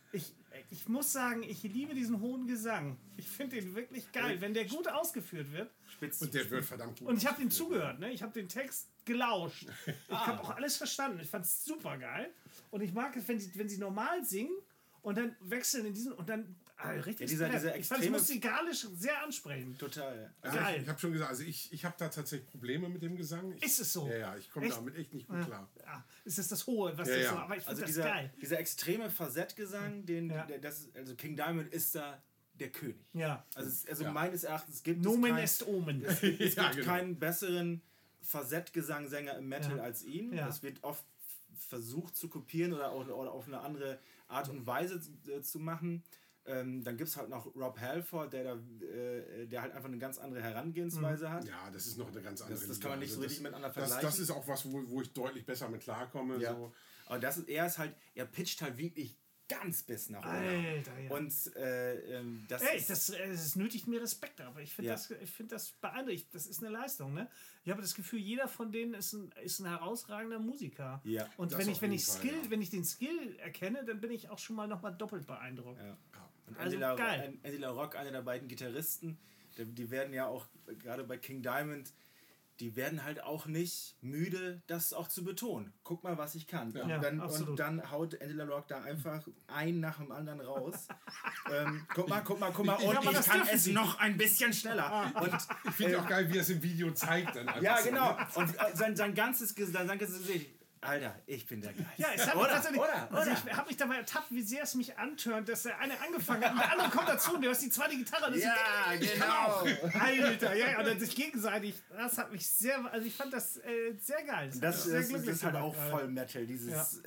Ich muss sagen, ich liebe diesen hohen Gesang. Ich finde den wirklich geil, wenn der gut ausgeführt wird. Und der wird verdammt gut. Und ich habe den zugehört, ne? Ich habe den Text gelauscht. Ich habe auch alles verstanden. Ich fand es super geil. Und ich mag es, wenn sie normal singen und dann wechseln in diesen und dann richtig. Ja, dieser ich fand es extreme- musikalisch sehr ansprechend. Total. Also geil. ich habe schon gesagt, also ich habe da tatsächlich Probleme mit dem Gesang. Ist es so? Ja, ich komme Echt? damit echt nicht gut klar. Ja, es ist das Hohe, was Ja, das ja. so, aber ich finde Also das geil. dieser extreme Facettgesang, Ja. also King Diamond ist da der König. Ja. Also Ja. meines Erachtens gibt Nomen es est Omen. es Ja, gibt genau. keinen besseren Facettgesang-Sänger im Metal Ja. als ihn. Ja. Das wird oft versucht zu kopieren oder auf eine andere Art und Weise zu machen. Dann gibt es halt noch Rob Halford, der halt einfach eine ganz andere Herangehensweise hat. Ja, das ist noch eine ganz andere Das kann man nicht so richtig miteinander vergleichen. Das ist auch was, wo ich deutlich besser mit klarkomme. Ja. So. Aber er pitcht halt wirklich ganz bis nach oben. Alter, ja. Und das Ey, ist... das nötigt mir Respekt, aber ich finde Ja. das beeindruckend. Das ist eine Leistung, ne? Ich habe das Gefühl, jeder von denen ist ein herausragender Musiker. Ja. Und Das wenn auf jeden Fall, ja. wenn ich den Skill erkenne, dann bin ich auch schon mal nochmal doppelt beeindruckt. Ja. Und Also Angela, geil. Angela Rock, einer der beiden Gitarristen, die werden ja auch, gerade bei King Diamond, die werden halt auch nicht müde, das auch zu betonen. Guck mal, was ich kann. Ja, absolut. Und dann haut Angela Rock da einfach einen nach dem anderen raus. Guck mal. Und aber ich das kann dürfen es sie. noch ein bisschen schneller. Und Ich finde auch geil, wie er es im Video zeigt. Dann einfach ja, so, genau. ne? Und sein ganzes Gesicht. Alter, ich bin der Geist. Ja, es hat mich tatsächlich. oder? Also ich habe mich dabei ertappt, wie sehr es mich antörnt, dass der eine angefangen hat und der andere kommt dazu und du hast die zweite Gitarre. Und das Ja, genau. Alter, ja, und dann sich gegenseitig. Das hat mich sehr. Also ich fand das sehr geil. hat Das mich sehr ist glücklich halt gemacht auch gerade. voll Metal, dieses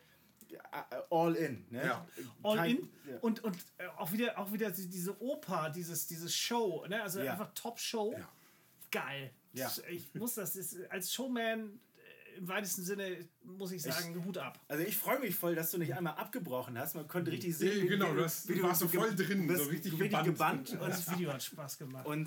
All In. Ne? Ja. All in Ja. und auch wieder diese Oper, diese Show, ne? Also Ja. einfach Top-Show. Ja. Geil. Ja. Ich muss das ist, als Showman im weitesten Sinne, muss ich sagen, Hut ab. Also ich freue mich voll, dass du nicht einmal abgebrochen hast. Man konnte richtig sehen, Ja, genau, du warst so voll drin, bist so richtig gebannt. gebannt. Und, Das Video hat Spaß gemacht. und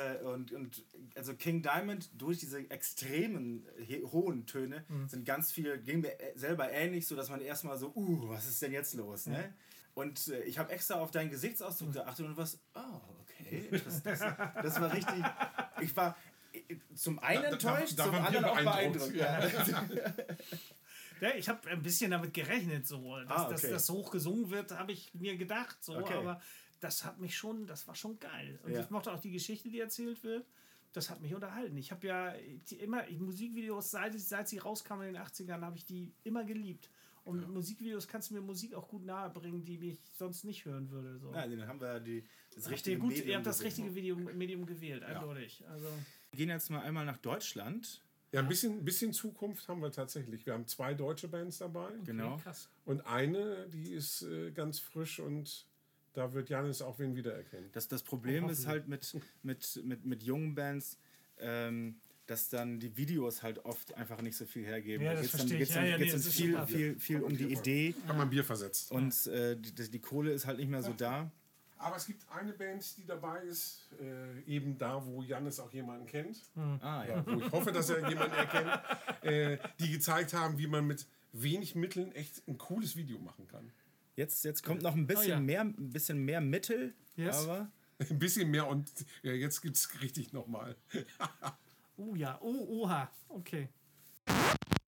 also King Diamond, durch diese extremen hohen Töne, sind ganz viele, ging mir selber ähnlich, so dass man erstmal so, was ist denn jetzt los? Ne? Und ich habe extra auf deinen Gesichtsausdruck geachtet und was, okay, das war richtig, ich war zum einen enttäuscht, da zum waren wir anderen auch beeindruckt. beeindruckt. Ja, ich habe ein bisschen damit gerechnet, so, dass okay. das hoch gesungen wird, habe ich mir gedacht, so, Okay. aber das war schon geil. Und Ja. ich mochte auch die Geschichte, die erzählt wird. Das hat mich unterhalten. Ich habe ja immer Musikvideos, seit sie rauskamen in den 80ern, habe ich die immer geliebt. Und mit Musikvideos kannst du mir Musik auch gut nahebringen, die mich sonst nicht hören würde. So. Ja, dann haben wir das Habt richtige ihr gut, Medium ihr habt das gewählt. richtige Medium gewählt, eindeutig. Also, Wir gehen jetzt mal einmal nach Deutschland. Ja, ein bisschen Zukunft haben wir tatsächlich. Wir haben 2 deutsche Bands dabei. Genau. krass. Und eine, die ist ganz frisch und da wird Janis auch wen wiedererkennen. Das Problem ist halt mit jungen Bands, dass dann die Videos halt oft einfach nicht so viel hergeben. Ja, Da das geht's verstehe ich. dann Ja, das ist super. viel um die Idee Haben wir ein Bier versetzt. und die Kohle ist halt nicht mehr so da. Aber es gibt eine Band, die dabei ist, eben da, wo Janis auch jemanden kennt. Ah, ja. Wo ich hoffe, dass er jemanden erkennt. Die gezeigt haben, wie man mit wenig Mitteln echt ein cooles Video machen kann. Jetzt kommt noch ein bisschen, ja. mehr Mittel, Yes. aber Ein bisschen mehr und jetzt gibt es richtig nochmal. Ja. Oha. Okay.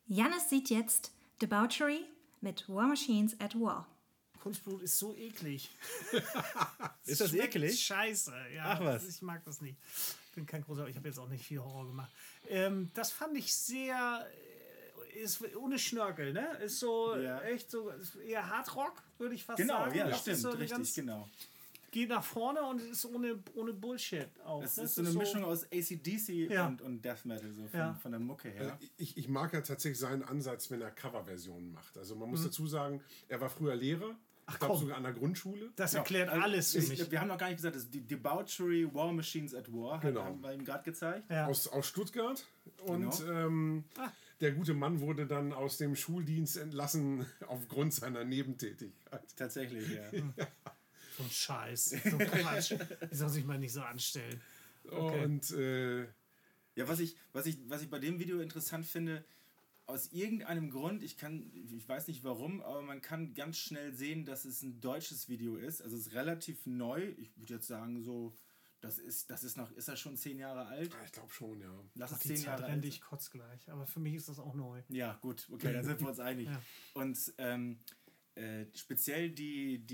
Jannis sieht jetzt Debauchery mit War Machines at War. Kunstblut ist so eklig. Ist das eklig? Scheiße. Ja, Ach was. Ich mag das nicht. Bin kein großer, ich habe jetzt auch nicht viel Horror gemacht. Das fand ich sehr, ist ohne Schnörkel, ne? Ist so echt so, ist eher Hardrock, würde ich fast sagen. Genau, ja, das stimmt, ist so richtig, genau. Geht nach vorne und ist ohne Bullshit auch. Das ne? ist so eine Mischung aus AC/DC Ja. und Death Metal, so von der Mucke her. Ich mag ja tatsächlich seinen Ansatz, wenn er Coverversionen macht. Also man muss dazu sagen, er war früher Lehrer. Ich glaube sogar an der Grundschule. Das erklärt alles für mich. Wir haben noch gar nicht gesagt, das ist die Debauchery War Machines at War, haben wir ihm gerade gezeigt. Ja. Aus Stuttgart. Und Genau. der gute Mann wurde dann aus dem Schuldienst entlassen aufgrund seiner Nebentätigkeit. Tatsächlich, ja. So ein Scheiß. So ein Quatsch. Die soll sich mal nicht so anstellen. Okay. Und Ja, was ich bei dem Video interessant finde, aus irgendeinem Grund, ich weiß nicht warum, aber man kann ganz schnell sehen, dass es ein deutsches Video ist. Also es ist relativ neu. Ich würde jetzt sagen, so, ist er schon 10 Jahre alt? ich glaube schon, ja. Lass es Die 10 Zeit Jahre rennt alt. ich kotz gleich. Aber für mich ist das auch neu. Ja, gut, okay, dann sind wir uns einig. Ja. Und speziell die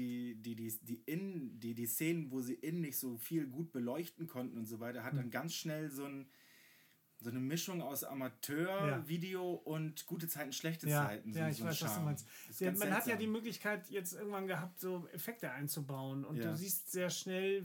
Szenen, wo sie innen nicht so viel gut beleuchten konnten und so weiter, hat dann ganz schnell so eine Mischung aus Amateurvideo und gute Zeiten, schlechte Zeiten. Ja, ich weiß, was du meinst. Man hat ja die Möglichkeit Möglichkeit jetzt irgendwann gehabt, so Effekte einzubauen. Und Ja. du siehst sehr schnell,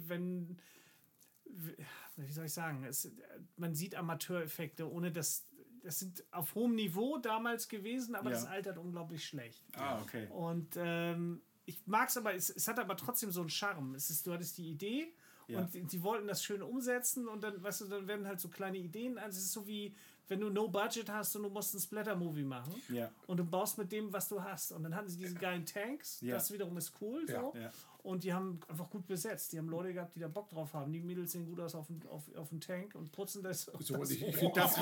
wie soll ich sagen, man sieht Amateureffekte, ohne das sind auf hohem Niveau damals gewesen, aber das altert unglaublich schlecht. Okay. Und ich mag es aber, es hat aber trotzdem so einen Charme. Du hattest die Idee und die wollten das schön umsetzen und dann, weißt du, dann werden halt so kleine Ideen. Also es ist so wie, wenn du no budget hast und du musst einen Splatter-Movie machen und du baust mit dem, was du hast. Und dann hatten sie diese geilen Tanks, das wiederum ist cool. So. Ja. Und die haben einfach gut besetzt. Die haben Leute gehabt, die da Bock drauf haben. Die Mädels sehen gut aus auf dem Tank und putzen das. So, und ich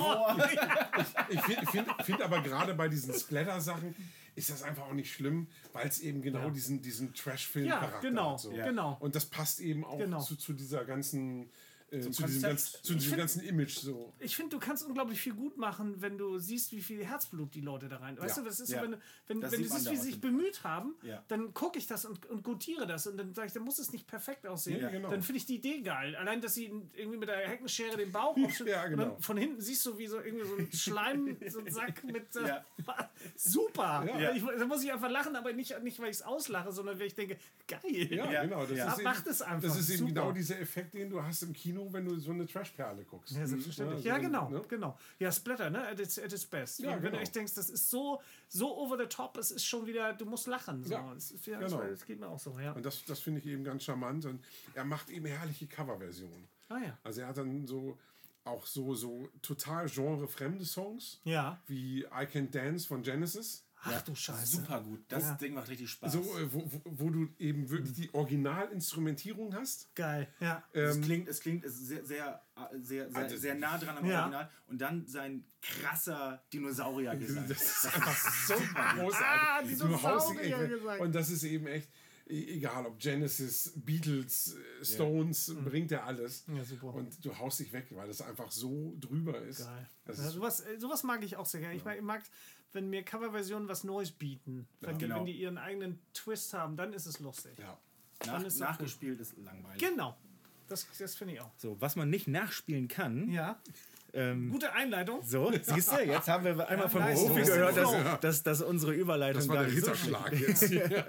finde aber gerade bei diesen Splatter-Sachen ist das einfach auch nicht schlimm, weil es eben genau diesen Trash-Film-Charakter genau, hat. So. genau. Und das passt eben auch zu dieser ganzen zu diesem ganzen Image so. Ich finde, du kannst unglaublich viel gut machen, wenn du siehst, wie viel Herzblut die Leute da rein. Weißt du, was ist so, wenn du siehst, wie sie sich bemüht haben, dann gucke ich das und gutiere das und dann sage ich, dann muss es nicht aussehen. Ja, genau. Dann finde ich die Idee geil. Allein, dass sie irgendwie mit der Heckenschere den Bauch aufschneiden und dann von hinten siehst du, wie so irgendwie so ein Schleim, so ein Sack mit super. Ja. Da muss ich einfach lachen, aber nicht weil ich es auslache, sondern weil ich denke, geil. Ja, genau. Macht es einfach. Das ist eben super. genau dieser Effekt, den du hast im Kino, wenn du so eine Trashperle guckst. Ja, selbstverständlich. Ja, Ja, so, genau, ne? genau. Ja, Splatter, ne? At its best. Ja, Wenn du genau. echt denkst, das ist so over the top, es ist schon wieder, du musst lachen. So. Ja, Genau. Das geht mir auch so, ja. Und das finde ich eben ganz charmant. Und er macht eben herrliche Coverversionen. Ah ja. Also er hat dann so total genrefremde Songs. Ja. Wie I Can't Dance von Genesis. Ach du Scheiße. Super gut. Das Ding macht richtig Spaß. So, wo du eben wirklich die Originalinstrumentierung hast. Geil, ja. Es klingt sehr nah dran am Original. Und dann sein krasser Dinosauriergesang. Das ist einfach so großartig. Dinosauriergesang. Und das ist eben echt, egal ob Genesis, Beatles, Stones, bringt er alles. Ja, super. Und du haust dich weg, weil das einfach so drüber ist. Geil. Das Ja, ist sowas mag ich auch sehr gerne. Ich mag, wenn mir Coverversionen was Neues bieten. Wenn die ihren eigenen Twist haben, dann ist es lustig. ja. Nachgespielt ist langweilig. Genau. Das finde ich auch. So, was man nicht nachspielen kann. Ja. Gute Einleitung. So, siehst du, jetzt haben wir einmal von nice. Profi So. gehört, dass unsere Überleitung Das war gar der nicht so Ritterschlag jetzt.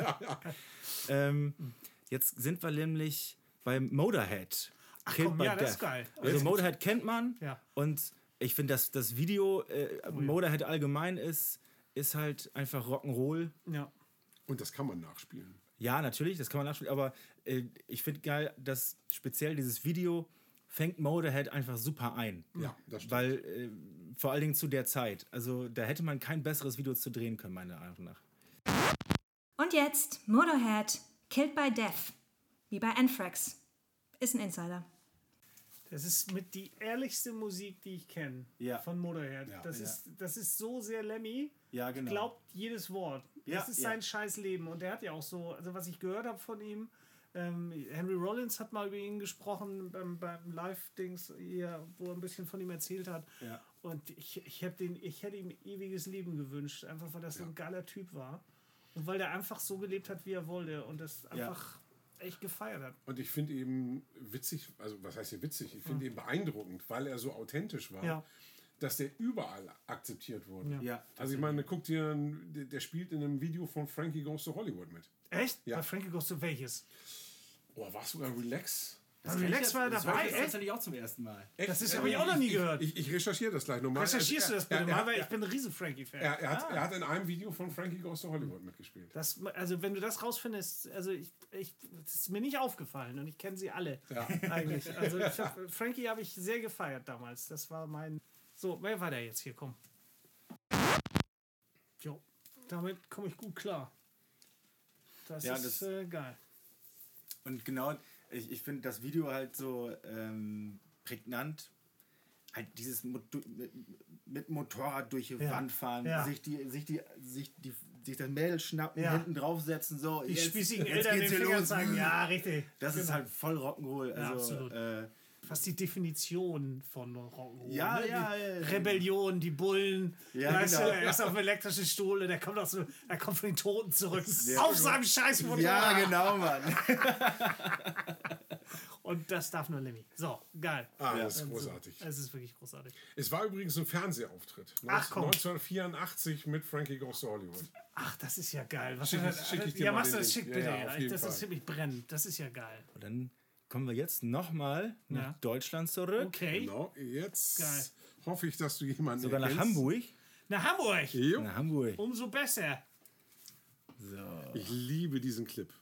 Jetzt sind wir nämlich bei Motorhead. Komm, ja, das ist geil. Also Motorhead kennt man Ja. und ich finde, dass das Video Motorhead allgemein ist halt einfach Rock'n'Roll. Ja. Und das kann man nachspielen. Ja, natürlich, das kann man nachspielen, aber ich finde geil, dass speziell dieses Video fängt Motorhead einfach super ein. Ja, das stimmt. Weil vor allen Dingen zu der Zeit, also da hätte man kein besseres Video zu drehen können, meiner Meinung nach. Und jetzt Motorhead, Killed by Death. Wie bei Anthrax. Ist ein Insider. Das ist mit die ehrlichste Musik, die ich kenne von Motorhead. Ja. Das ist so sehr Lemmy. Ja, genau. Glaubt jedes Wort. Ja, Das ist sein scheiß Leben. Und der hat ja auch so, also was ich gehört habe von ihm, Henry Rollins hat mal über ihn gesprochen beim Live-Dings hier, wo er ein bisschen von ihm erzählt hat. Ja. Und ich hätte ihm ewiges Leben gewünscht, einfach weil das so ein geiler Typ war. Und weil der einfach so gelebt hat, wie er wollte und das einfach echt gefeiert hat. Und ich finde eben witzig, also was heißt hier witzig? Ich finde eben beeindruckend, weil er so authentisch war, dass der überall akzeptiert wurde. Ja, also ich meine, guck dir, der spielt in einem Video von Frankie Goes to Hollywood mit. Echt? Ja. Bei Frankie Goes to welches? Oh, war es sogar Relax? Relax war dabei, das tatsächlich auch zum ersten Mal. Echt? Das habe ich auch noch nie gehört. Ich recherchiere das gleich nochmal. Recherchierst du das bitte mal, weil ich bin ein riesen Frankie-Fan. Er hat in einem Video von Frankie Goes to Hollywood mitgespielt. Also wenn du das rausfindest, also das ist mir nicht aufgefallen und ich kenne sie alle eigentlich. Also Frankie habe ich sehr gefeiert damals. Das war mein... So, wer war der jetzt hier? Komm. Jo, damit komme ich gut klar. Das ist geil. Und genau, ich finde das Video halt so prägnant. Halt dieses mit Motorrad durch die Wand fahren, sich das Mädel schnappen, hinten draufsetzen, so. Die spießigen Eltern den Finger zeigen. Ja, richtig. Das ist halt voll Rock'n'Roll. Also, absolut. Fast die Definition von Rock'n'Roll. Ja, ne? ja. Rebellion, die Bullen. Ja, weißt genau. du, er ist auf dem elektrischen Stuhl, er kommt von den Toten zurück. Auf seinem scheiß Motorrad. Ja, genau, Mann. Und das darf nur Lemmy. So, geil. Das ist großartig. Es ist wirklich großartig. Es war übrigens ein Fernsehauftritt. Ach, komm. 1984 mit Frankie Goes to Hollywood. Ach, das ist ja geil. Schick ich dir mal machst du den das Link. schick bitte. Ja, auf jeden das Fall. ist ziemlich brennend. Das ist ja geil. Und dann kommen wir jetzt nochmal nach Deutschland zurück. Okay. Genau, jetzt Geil. hoffe ich, dass du jemanden Sogar nach erkennst. Hamburg. Nach Hamburg. Jo. Nach Hamburg. Umso besser. So. Ich liebe diesen Clip.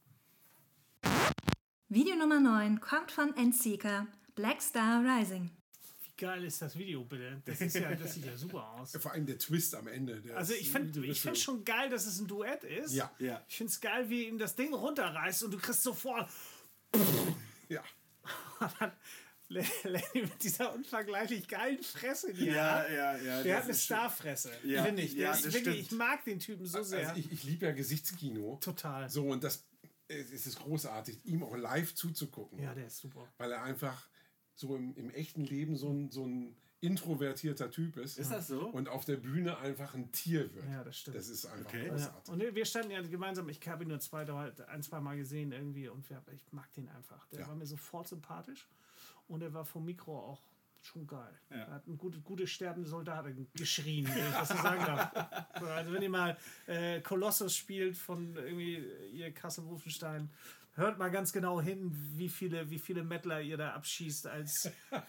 Video Nummer 9 kommt von Endseeker, Black Star Rising. Wie geil ist das Video, bitte? Das sieht ja super aus. Vor allem der Twist am Ende. Also ich finde schon geil, dass es ein Duett ist. Ja. Ich finde es geil, wie ihm das Ding runterreißt und du kriegst sofort... Ja. Und dann Lenny mit dieser unvergleichlich geilen Fresse, die Ja. Der hat eine Starfresse, finde ich. Ja, ist das wirklich, stimmt. ich mag den Typen so sehr. Also ich liebe ja Gesichtskino. Total. So, und es ist großartig, ihm auch live zuzugucken. Ja, der ist super. Weil er einfach so im echten Leben so ein introvertierter Typ ist. Ist das so? Und auf der Bühne einfach ein Tier wird. Ja, das stimmt. Das ist einfach Okay. Ja. großartig. Und wir standen ja gemeinsam, ich habe ihn nur ein, zwei Mal gesehen irgendwie und ich mag den einfach. Der war mir sofort sympathisch und er war vom Mikro auch schon geil. Ja. Er hat eine gute sterbende Soldatin geschrien, wenn ich das so sagen darf. So, also wenn ihr mal Kolossus spielt von irgendwie ihr Kassel-Wolfenstein, hört mal ganz genau hin, wie viele Metaler ihr da abschießt als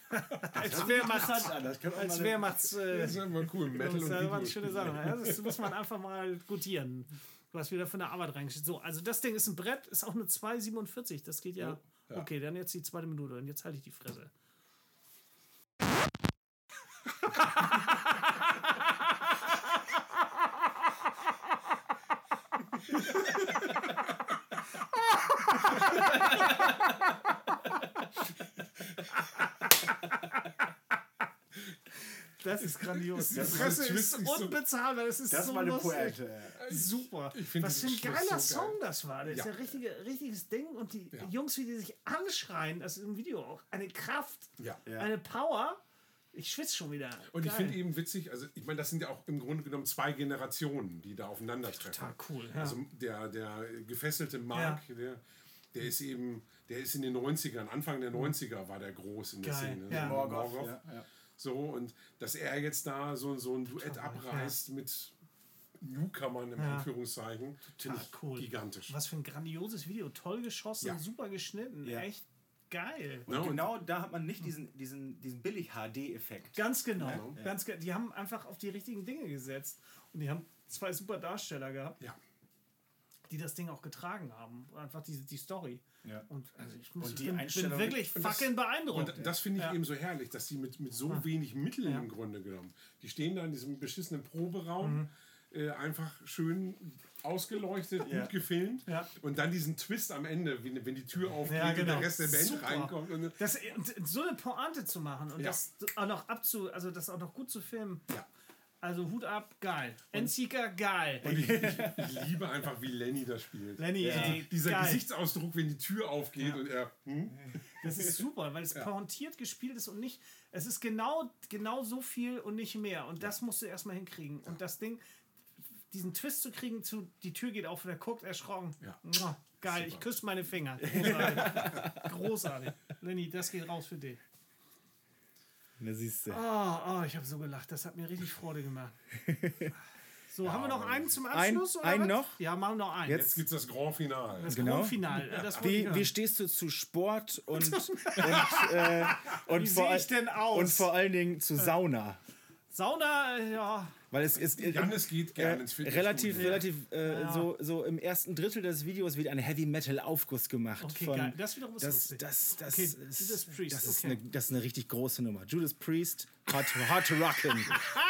Wehrmachts... Das ist einfach cool. Metal und Das war eine schöne Videospiele. Sache. Ja, das muss man einfach mal gutieren. Du hast wieder von der Arbeit reingeschickt. So, also das Ding ist ein Brett, ist auch eine 2,47. Das geht ja. Ja. Okay, dann jetzt die zweite Minute und jetzt halte ich die Fresse. Das ist grandios. Die Fresse ist unbezahlbar. Das ist Das so war eine lustig. Pointe. Super. Ich find Was für ein diesen Schluss geiler so geil. Song das war. Das ist ja richtiges Ding. Und die Jungs, wie die sich anschreien, das ist im Video auch. Eine Kraft, Ja. eine Power. Ich schwitze schon wieder. Und ich Geil. finde eben witzig, also ich meine, das sind ja auch im Grunde genommen zwei Generationen, die da aufeinandertreffen. Total cool. Ja. Also der gefesselte Mark, der ist in den 90ern, Anfang der 90er war der groß in der Geil. Szene. Ja. So Morgoth, Morgoth. ja. So, und dass er jetzt da so ein Duett abreißt mit Newcomern im Anführungszeichen, finde ich cool. gigantisch. Was für ein grandioses Video. Toll geschossen, Ja. super geschnitten. Ja. Echt geil. Ja, und Genau da hat man nicht diesen Billig-HD-Effekt. Ganz genau. Die haben einfach auf die richtigen Dinge gesetzt. Und die haben zwei super Darsteller gehabt, ja. die das Ding auch getragen haben. Einfach die Story. Ja. Und also Und die bin Einstellung- wirklich fucking beeindruckt. Und das finde ich eben so herrlich, dass die mit so wenig Mitteln im Grunde genommen, die stehen da in diesem beschissenen Proberaum, einfach schön ausgeleuchtet, gut gefilmt und dann diesen Twist am Ende, wenn die Tür aufgeht und der Rest der Band Super. reinkommt. Und Und so eine Pointe zu machen und das auch noch das auch noch gut zu filmen. Ja. Also Hut ab, geil. Endseeker, geil. Und ich liebe einfach, wie Lenny das spielt. Lenny, ey, Dieser geil. Gesichtsausdruck, wenn die Tür aufgeht und er... Das ist super, weil es pointiert gespielt ist und nicht, es ist genau so viel und nicht mehr. Und das musst du erstmal hinkriegen. Und das Ding, diesen Twist zu kriegen, die Tür geht auf und er guckt erschrocken. Ja. Mua, geil, super. Ich küsse meine Finger. Großartig. Großartig. Lenny, das geht raus für dich. Da siehst du. Oh, ich habe so gelacht. Das hat mir richtig Freude gemacht. So, haben wir noch einen zum Abschluss? Einen noch? Ja, machen wir noch einen. Jetzt gibt es das Grand Finale. Das Genau. Grand Finale. Das Wie stehst du zu Sport und Wie sehe ich denn aus? Und vor allen Dingen zu Sauna? Sauna, ja. Weil es Jannis geht gerne ins Fitnessstudio. relativ so im ersten Drittel des Videos wird ein Heavy Metal Aufguss gemacht. Okay, von, geil. Das wiederum ist lustig. Okay, Judas Priest, das ist okay. das ist eine richtig große Nummer. Judas Priest, Hard to Rockin'.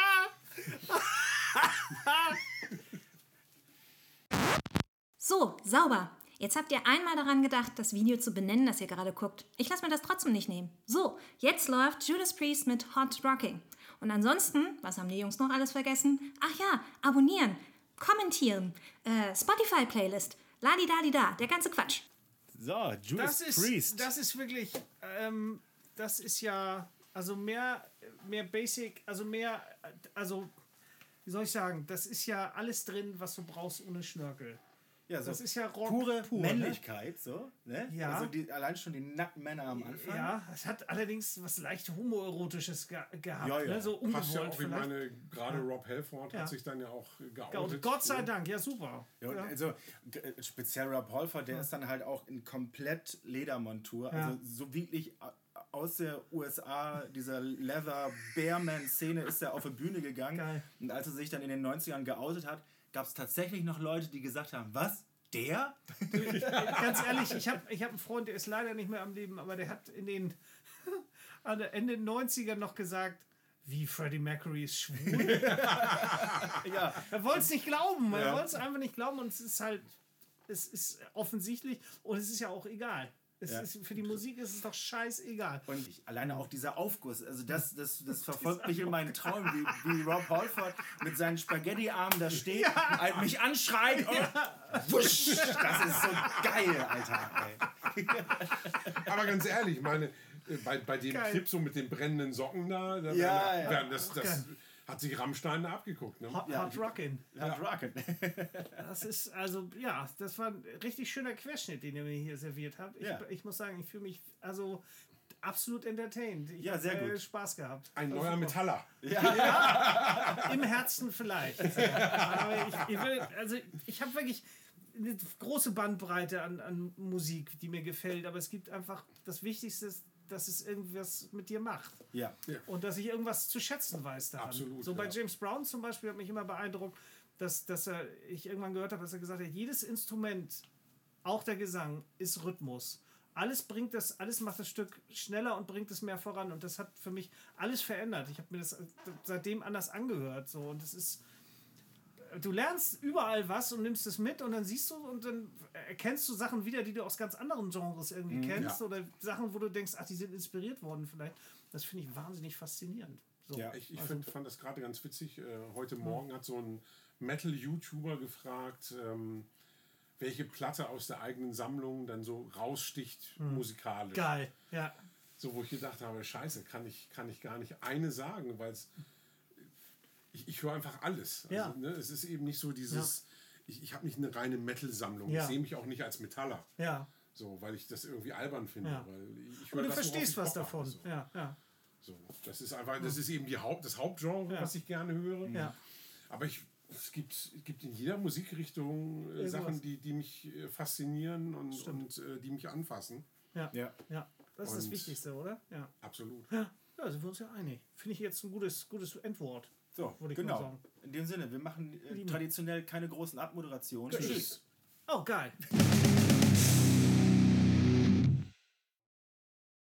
So, sauber. Jetzt habt ihr einmal daran gedacht, das Video zu benennen, das ihr gerade guckt. Ich lasse mir das trotzdem nicht nehmen. So, jetzt läuft Judas Priest mit Hot Rocking. Und ansonsten, was haben die Jungs noch alles vergessen? Ach ja, abonnieren, kommentieren, Spotify-Playlist, ladidadida, der ganze Quatsch. So, Judas Priest. Das ist wirklich, das ist ja, also mehr Basic, also wie soll ich sagen, das ist ja alles drin, was du brauchst ohne Schnörkel. Ja, so das ist ja Rock pure pur, Männlichkeit, ne? So, ne? Ja. Also allein schon die nackten Männer am Anfang. Ja, es hat allerdings was leicht homoerotisches gehabt, Ja. Ne? So Passt ja ungewollt auch, ich vielleicht. meine, gerade Rob Halford hat sich dann ja auch geoutet. Und Gott sei Dank, ja super. Ja, und Ja. also speziell Rob Halford, der ist dann halt auch in komplett Ledermontur, Ja. also so wirklich aus der USA, dieser Leather-Bearman-Szene ist er auf die Bühne gegangen. Geil. Und als er sich dann in den 90ern geoutet hat, gab es tatsächlich noch Leute, die gesagt haben, was? Der? Ganz ehrlich, ich hab einen Freund, der ist leider nicht mehr am Leben, aber der hat Ende der 90er noch gesagt, wie Freddie Mercury ist schwul. Ja. Er wollte es nicht glauben. Er wollte es einfach nicht glauben und es ist offensichtlich und es ist ja auch egal. Für die Musik ist es doch scheißegal. Und alleine auch dieser Aufguss, also das verfolgt mich in meinen Träumen, wie Rob Halford mit seinen Spaghetti-Armen da steht, mich anschreit und wusch, das ist so geil, Alter. Ey. Aber ganz ehrlich, ich meine, bei dem Geil. Clip so mit den brennenden Socken da, das hat sich Rammstein da abgeguckt. Ne? Hot Rockin'. Hard Rockin'. Das ist, also, ja, das war ein richtig schöner Querschnitt, den ihr mir hier serviert habt. Ich muss sagen, ich fühle mich, also, absolut entertained. Ich Ja, sehr hab, gut. Spaß gehabt. Ein neuer Metaller. Im Herzen vielleicht. Aber ich habe wirklich eine große Bandbreite an Musik, die mir gefällt, aber es gibt einfach, das Wichtigste ist, dass es irgendwas mit dir macht. Ja. Und dass ich irgendwas zu schätzen weiß daran. Absolut, so bei ja. James Brown zum Beispiel hat mich immer beeindruckt, dass ich irgendwann gehört habe, dass er gesagt hat, jedes Instrument, auch der Gesang, ist Rhythmus. Alles macht das Stück schneller und bringt es mehr voran. Und das hat für mich alles verändert. Ich habe mir das seitdem anders angehört. So. Und das ist, du lernst überall was und nimmst es mit und dann siehst du und dann erkennst du Sachen wieder, die du aus ganz anderen Genres irgendwie kennst. Ja. Oder Sachen, wo du denkst, ach, die sind inspiriert worden vielleicht. Das finde ich wahnsinnig faszinierend. So. Ja. Ich fand das gerade ganz witzig. Heute Morgen hat so ein Metal-YouTuber gefragt, welche Platte aus der eigenen Sammlung dann so raussticht musikalisch. Geil, ja. So, wo ich gedacht habe, scheiße, kann ich gar nicht eine sagen, weil ich höre einfach alles. Also, Ja. ne, es ist eben nicht so dieses, ich habe nicht eine reine Metal-Sammlung. Ja. Ich sehe mich auch nicht als Metaller. Ja. So, weil ich das irgendwie albern finde. Ja. Weil ich Und höre du das, worauf verstehst ich was Bock habe, davon. so. Ja. So, das ist einfach, das ist eben das Hauptgenre, Ja. was ich gerne höre. Ja. Aber es gibt in jeder Musikrichtung Sachen, die mich faszinieren und die mich anfassen. Ja. Ja. Das ist das Und- Wichtigste, oder? Ja. Absolut. Ja, sind wir uns ja einig. Finde ich jetzt ein gutes Endwort. So, Würde ich mal genau. sagen. In dem Sinne, wir machen traditionell keine großen Abmoderationen. Tschüss. Oh, geil.